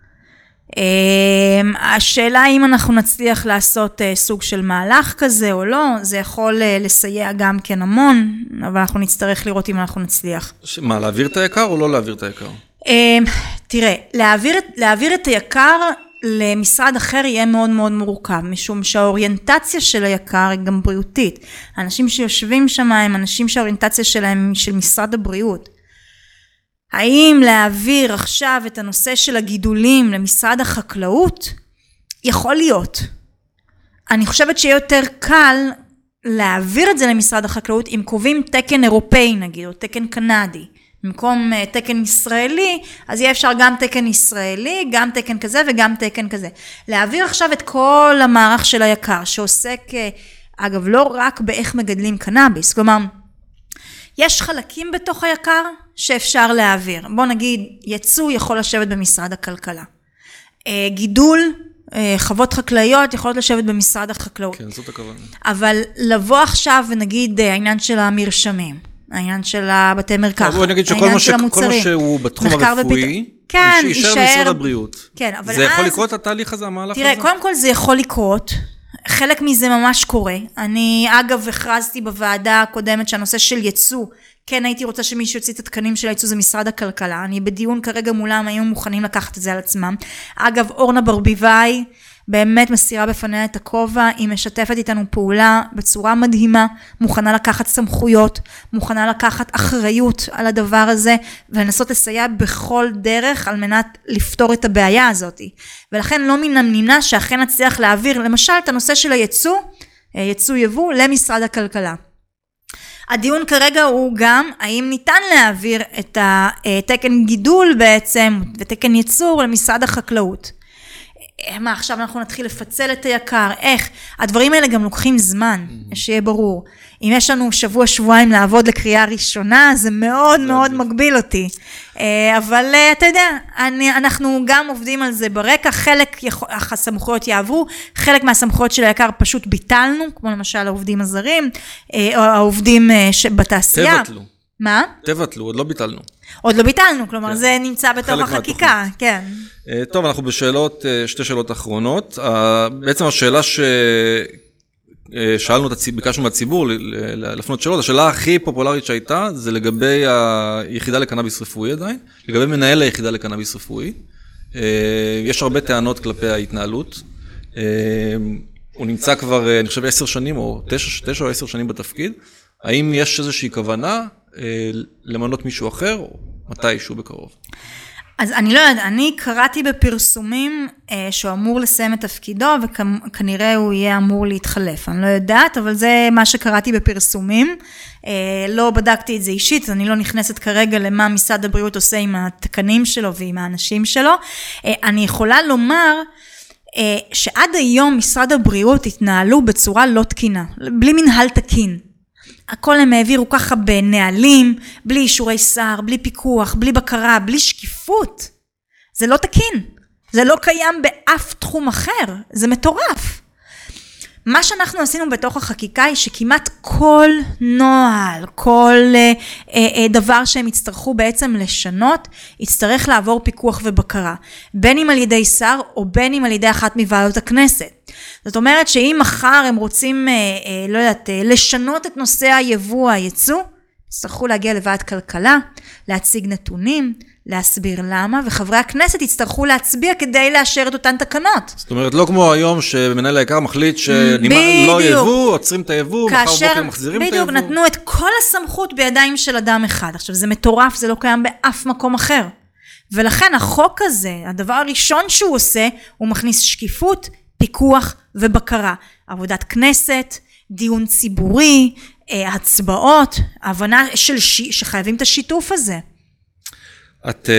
השאלה אם אנחנו נצליח לעשות סוג של מהלך כזה או לא, זה יכול לסייע גם כן המון, אבל אנחנו נצטרך לראות אם אנחנו נצליח. מה, להעביר את היקר או לא להעביר את היקר? תראה, להעביר, להעביר את היקר למשרד אחר יהיה מאוד מאוד מורכב, משום שהאוריינטציה של היקר היא גם בריאותית. האנשים שיושבים שם הם אנשים שהאוריינטציה שלהם של משרד הבריאות. האם להעביר עכשיו את הנושא של הגידולים למשרד החקלאות? יכול להיות. אני חושבת שיהיה יותר קל להעביר את זה למשרד החקלאות אם קובעים תקן אירופאי נגיד, או תקן קנדי. במקום תקן ישראלי, אז יהיה אפשר גם תקן ישראלי, גם תקן כזה וגם תקן כזה. להעביר עכשיו את כל המערך של היקר, שעוסק, אגב, לא רק באיך מגדלים קנאביס, כלומר, יש חלקים בתוך היקר שאפשר להעביר. בוא נגיד, ייצוא יכול לשבת במשרד הכלכלה. גידול, חוות חקלאיות יכולות לשבת במשרד החקלאות. כן, זאת הכוונה. אבל לבוא עכשיו ונגיד העניין של המרשמים, העניין של הבתי מרקחת, העניין של המוצרים. כל מה שהוא בתחום הרפואי, כן, יישאר במשרד הבריאות. כן, אבל זה יכול לקרות התהליך הזה, המהלך הזה? תראה, קודם כל זה יכול לקרות, חלק מזה ממש קורה. אני אגב הכרזתי בוועדה הקודמת שהנושא של ייצוא, כן הייתי רוצה שמישהו יוציא את התקנים של הייצוא, זה משרד הכלכלה. אני בדיון כרגע מולם, היו מוכנים לקחת את זה על עצמם. אגב, אורנה ברביבאי, באמת מסירה בפניה את הכובע, היא משתפת איתנו פעולה בצורה מדהימה, מוכנה לקחת סמכויות, מוכנה לקחת אחריות על הדבר הזה, ולנסות לסייע בכל דרך על מנת לפתור את הבעיה הזאת. ולכן לא מן הנמנע שאכן נצליח להעביר, למשל את הנושא של הייצוא, ייצוא יבוא למשרד הכלכלה. הדיון כרגע הוא גם האם ניתן להעביר את התקן גידול בעצם ותקן ייצור למשרד החקלאות. מה עכשיו אנחנו נתחיל לפצל את היקר, איך? הדברים האלה גם לוקחים זמן, שיהיה ברור. אם יש לנו שבוע שבועיים לעבוד לקריאה ראשונה, זה מאוד מאוד מגביל אותי. אבל אתה יודע, אני, אנחנו גם עובדים על זה ברקע, חלק הסמכויות יעברו, חלק מהסמכויות של היקר פשוט ביטלנו, כמו למשל העובדים הזרים, או העובדים בתעשייה. תבטלו. מה? תבטלו, עוד לא ביטלנו. עוד לא ביטלנו, כלומר זה נמצא בתוך החקיקה, כן. טוב, אנחנו בשאלות, שתי שאלות אחרונות. בעצם השאלה ששאלנו, ביקשנו מהציבור לפנות שאלות, השאלה הכי פופולרית שהייתה, זה לגבי היחידה לקנאביס רפואי עדיין, לגבי מנהל היחידה לקנאביס רפואי. יש הרבה טענות כלפי ההתנהלות. הוא נמצא כבר, אני חושב, עשר שנים, או תשע, תשע או עשר שנים בתפקיד. האם יש איזושהי כוונה למנות מישהו אחר, או מתישהו בקרוב? אז אני לא יודעת, אני קראתי בפרסומים אה, שהוא אמור לסיים את תפקידו, וכנראה הוא יהיה אמור להתחלף. אני לא יודעת, אבל זה מה שקראתי בפרסומים. אה, לא בדקתי את זה אישית, אני לא נכנסת כרגע למה משרד הבריאות עושה עם התקנים שלו ועם האנשים שלו. אה, אני יכולה לומר אה, שעד היום משרד הבריאות התנהלו בצורה לא תקינה, בלי מנהל תקין. הכל הם העבירו ככה בנהלים, בלי אישורי שר, בלי פיקוח, בלי בקרה, בלי שקיפות. זה לא תקין. זה לא קיים באף תחום אחר. זה מטורף. מה שאנחנו עשינו בתוך החקיקה היא שכמעט כל נוהל, כל אה, אה, דבר שהם יצטרכו בעצם לשנות, יצטרך לעבור פיקוח ובקרה. בין אם על ידי שר או בין אם על ידי אחת מוועדות הכנסת. זאת אומרת שאם מחר הם רוצים, אה, אה, לא יודעת, אה, לשנות את נושא היבוא היצוא, יצטרכו להגיע לוועדת כלכלה, להציג נתונים, להסביר למה, וחברי הכנסת יצטרכו להצביע כדי לאשר את אותן תקנות. זאת אומרת, לא כמו היום שמנהל העיקר מחליט שלא יבוא, עוצרים את היבוא, מחר בוקר מחזירים את היבוא. בדיוק, נתנו את כל הסמכות בידיים של אדם אחד. עכשיו, זה מטורף, זה לא קיים באף מקום אחר. ולכן החוק הזה, הדבר הראשון שהוא עושה, הוא מכניס שקיפות, פיקוח ובקרה. עבודת כנסת, דיון ציבורי, הצבעות, הבנה של ש... שחייבים את השיתוף הזה. את,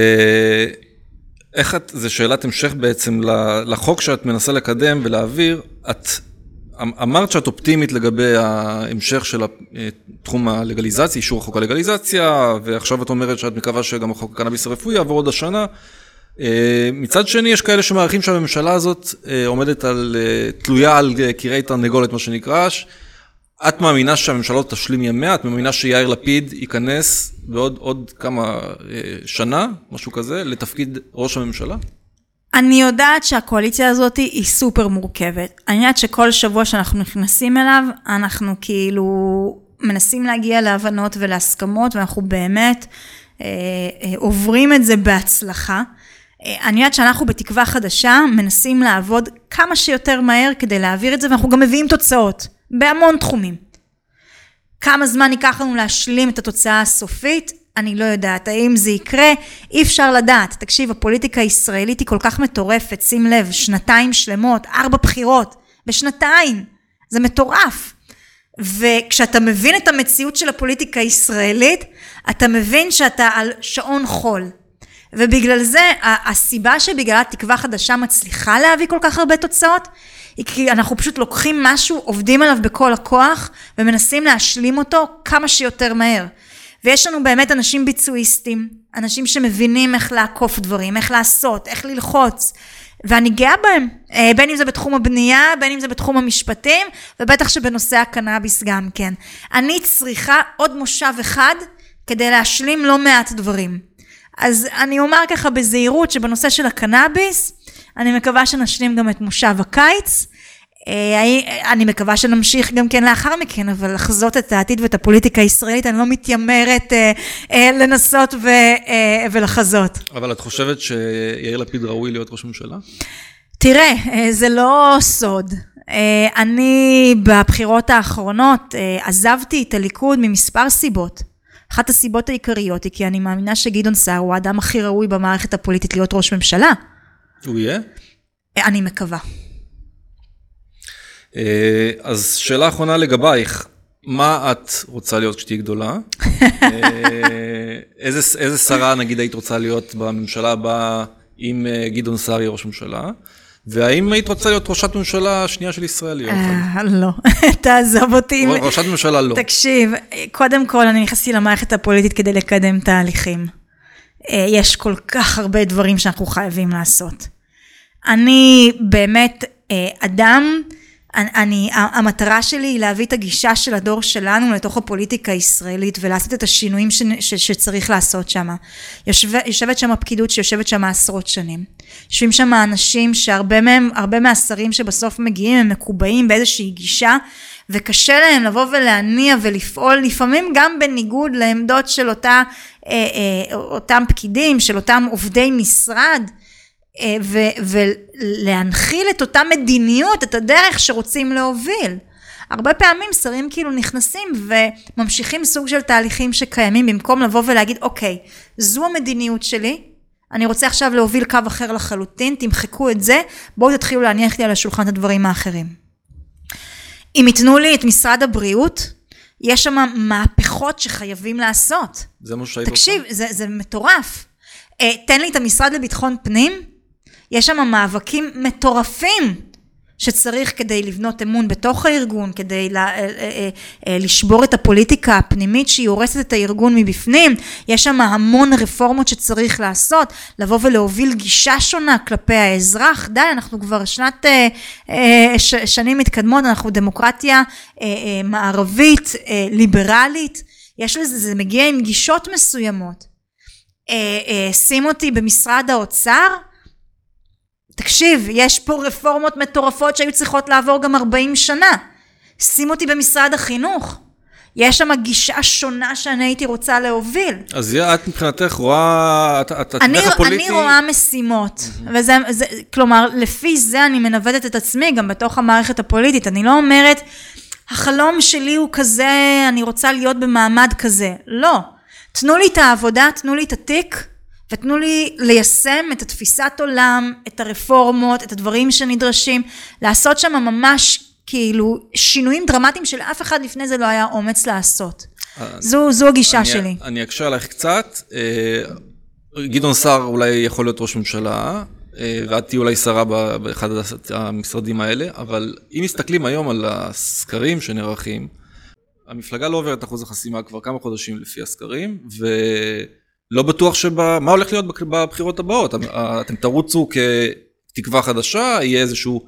איך את, זה שאלת המשך בעצם לחוק שאת מנסה לקדם ולהעביר, את אמרת שאת אופטימית לגבי ההמשך של תחום הלגליזציה, אישור החוק הלגליזציה, ועכשיו את אומרת שאת מקווה שגם החוק הקנאביס הרפואי יעבור עוד השנה. מצד שני, יש כאלה שמעריכים שהממשלה הזאת עומדת על, תלויה על קירי תרנגולת, מה שנקרא. את מאמינה שהממשלה תשלים ימיה? את מאמינה שיאיר לפיד ייכנס בעוד עוד כמה שנה, משהו כזה, לתפקיד ראש הממשלה? אני יודעת שהקואליציה הזאת היא סופר מורכבת. אני יודעת שכל שבוע שאנחנו נכנסים אליו, אנחנו כאילו מנסים להגיע להבנות ולהסכמות, ואנחנו באמת אה, אה, עוברים את זה בהצלחה. אה, אני יודעת שאנחנו בתקווה חדשה מנסים לעבוד כמה שיותר מהר כדי להעביר את זה, ואנחנו גם מביאים תוצאות. בהמון תחומים. כמה זמן ייקח לנו להשלים את התוצאה הסופית? אני לא יודעת. האם זה יקרה? אי אפשר לדעת. תקשיב, הפוליטיקה הישראלית היא כל כך מטורפת. שים לב, שנתיים שלמות, ארבע בחירות, בשנתיים. זה מטורף. וכשאתה מבין את המציאות של הפוליטיקה הישראלית, אתה מבין שאתה על שעון חול. ובגלל זה, הסיבה שבגלל תקווה חדשה מצליחה להביא כל כך הרבה תוצאות, היא כי אנחנו פשוט לוקחים משהו, עובדים עליו בכל הכוח, ומנסים להשלים אותו כמה שיותר מהר. ויש לנו באמת אנשים ביצועיסטים, אנשים שמבינים איך לעקוף דברים, איך לעשות, איך ללחוץ, ואני גאה בהם, בין אם זה בתחום הבנייה, בין אם זה בתחום המשפטים, ובטח שבנושא הקנאביס גם כן. אני צריכה עוד מושב אחד, כדי להשלים לא מעט דברים. אז אני אומר ככה בזהירות, שבנושא של הקנאביס, אני מקווה שנשלים גם את מושב הקיץ, אני מקווה שנמשיך גם כן לאחר מכן, אבל לחזות את העתיד ואת הפוליטיקה הישראלית, אני לא מתיימרת לנסות ולחזות. אבל את חושבת שיאיר לפיד ראוי להיות ראש ממשלה? תראה, זה לא סוד. אני בבחירות האחרונות עזבתי את הליכוד ממספר סיבות. אחת הסיבות העיקריות היא כי אני מאמינה שגדעון סער הוא האדם הכי ראוי במערכת הפוליטית להיות ראש ממשלה. הוא יהיה? אני מקווה. אז שאלה אחרונה לגבייך, מה את רוצה להיות כשתהי גדולה? איזה, איזה שרה נגיד היית רוצה להיות בממשלה הבאה עם גדעון סער יהיה ראש ממשלה? והאם היית רוצה להיות ראשת ממשלה השנייה של ישראל? לא, תעזוב אותי. ראשת ממשלה לא. תקשיב, קודם כל אני נכנסתי למערכת הפוליטית כדי לקדם תהליכים. יש כל כך הרבה דברים שאנחנו חייבים לעשות. אני באמת אדם, אני, המטרה שלי היא להביא את הגישה של הדור שלנו לתוך הפוליטיקה הישראלית ולעשות את השינויים ש, ש, שצריך לעשות שם. יושב, יושבת שם הפקידות שיושבת שם עשרות שנים. יושבים שם אנשים שהרבה מהם, הרבה מהשרים שבסוף מגיעים הם מקובעים באיזושהי גישה וקשה להם לבוא ולהניע ולפעול לפעמים גם בניגוד לעמדות של אותה, אה, אה, אותם פקידים, של אותם עובדי משרד. ולהנחיל את אותה מדיניות, את הדרך שרוצים להוביל. הרבה פעמים שרים כאילו נכנסים וממשיכים סוג של תהליכים שקיימים, במקום לבוא ולהגיד, אוקיי, זו המדיניות שלי, אני רוצה עכשיו להוביל קו אחר לחלוטין, תמחקו את זה, בואו תתחילו להניח לי על השולחן את הדברים האחרים. אם יתנו לי את משרד הבריאות, יש שם מהפכות שחייבים לעשות. זה מה שהיית תקשיב, זה, זה מטורף. תן לי את המשרד לביטחון פנים, יש שם מאבקים מטורפים שצריך כדי לבנות אמון בתוך הארגון, כדי לשבור את הפוליטיקה הפנימית שהיא הורסת את הארגון מבפנים. יש שם המון רפורמות שצריך לעשות, לבוא ולהוביל גישה שונה כלפי האזרח. די, אנחנו כבר שנת, שנים מתקדמות, אנחנו דמוקרטיה מערבית, ליברלית. יש לזה, זה מגיע עם גישות מסוימות. שים אותי במשרד האוצר, תקשיב, יש פה רפורמות מטורפות שהיו צריכות לעבור גם ארבעים שנה. שים אותי במשרד החינוך. יש שם גישה שונה שאני הייתי רוצה להוביל. אז את מבחינתך רואה, את, את, אני, את הפוליטי... אני רואה משימות. Mm-hmm. וזה, זה, כלומר, לפי זה אני מנוודת את עצמי גם בתוך המערכת הפוליטית. אני לא אומרת, החלום שלי הוא כזה, אני רוצה להיות במעמד כזה. לא. תנו לי את העבודה, תנו לי את התיק, ותנו לי ליישם את התפיסת עולם, את הרפורמות, את הדברים שנדרשים, לעשות שם ממש כאילו שינויים דרמטיים של אף אחד לפני זה לא היה אומץ לעשות. זו, זו הגישה אני, שלי. אני אקשר עליך קצת. גדעון סער אולי יכול להיות ראש ממשלה, ואת תהיי אולי שרה באחד המשרדים האלה, אבל אם מסתכלים היום על הסקרים שנערכים, המפלגה לא עוברת אחוז החסימה כבר כמה חודשים לפי הסקרים, ולא בטוח שמה הולך להיות בבחירות הבאות. אתם תרוצו כתקווה חדשה, יהיה איזשהו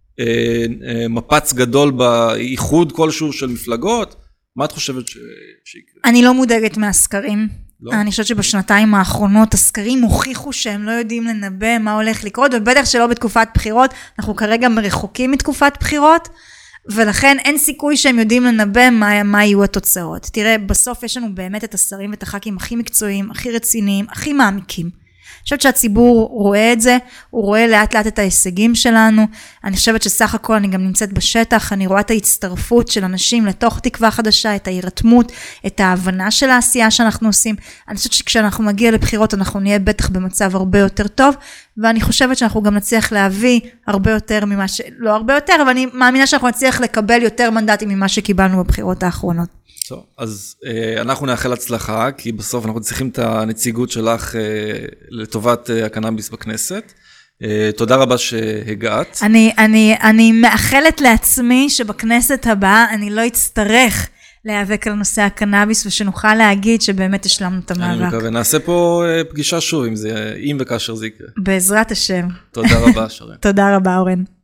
מפץ גדול באיחוד כלשהו של מפלגות. מה את חושבת שיקרה? אני לא מודאגת מהסקרים. לא? אני חושבת שבשנתיים האחרונות הסקרים הוכיחו שהם לא יודעים לנבא מה הולך לקרות, ובטח שלא בתקופת בחירות. אנחנו כרגע רחוקים מתקופת בחירות, ולכן אין סיכוי שהם יודעים לנבא מה, מה יהיו התוצאות. תראה, בסוף יש לנו באמת את השרים ואת הח"כים הכי מקצועיים, הכי רציניים, הכי מעמיקים. אני חושבת שהציבור רואה את זה, הוא רואה לאט לאט את ההישגים שלנו. אני חושבת שסך הכל אני גם נמצאת בשטח, אני רואה את ההצטרפות של אנשים לתוך תקווה חדשה, את ההירתמות, את ההבנה של העשייה שאנחנו עושים. אני חושבת שכשאנחנו נגיע לבחירות אנחנו נהיה בטח במצב הרבה יותר טוב, ואני חושבת שאנחנו גם נצליח להביא הרבה יותר ממה ש... לא הרבה יותר, אבל אני מאמינה שאנחנו נצליח לקבל יותר מנדטים ממה שקיבלנו בבחירות האחרונות. טוב, אז אה, אנחנו נאחל הצלחה, כי בסוף אנחנו צריכים את הנציגות שלך אה, לטובת אה, הקנאביס בכנסת. אה, תודה רבה שהגעת. אני, אני, אני מאחלת לעצמי שבכנסת הבאה אני לא אצטרך להיאבק על נושא הקנאביס, ושנוכל להגיד שבאמת השלמנו את המאבק. אני מקווה, נעשה פה אה, פגישה שוב, אם זה, אם וכאשר זה יקרה. בעזרת השם. תודה רבה, שרן. תודה רבה, אורן.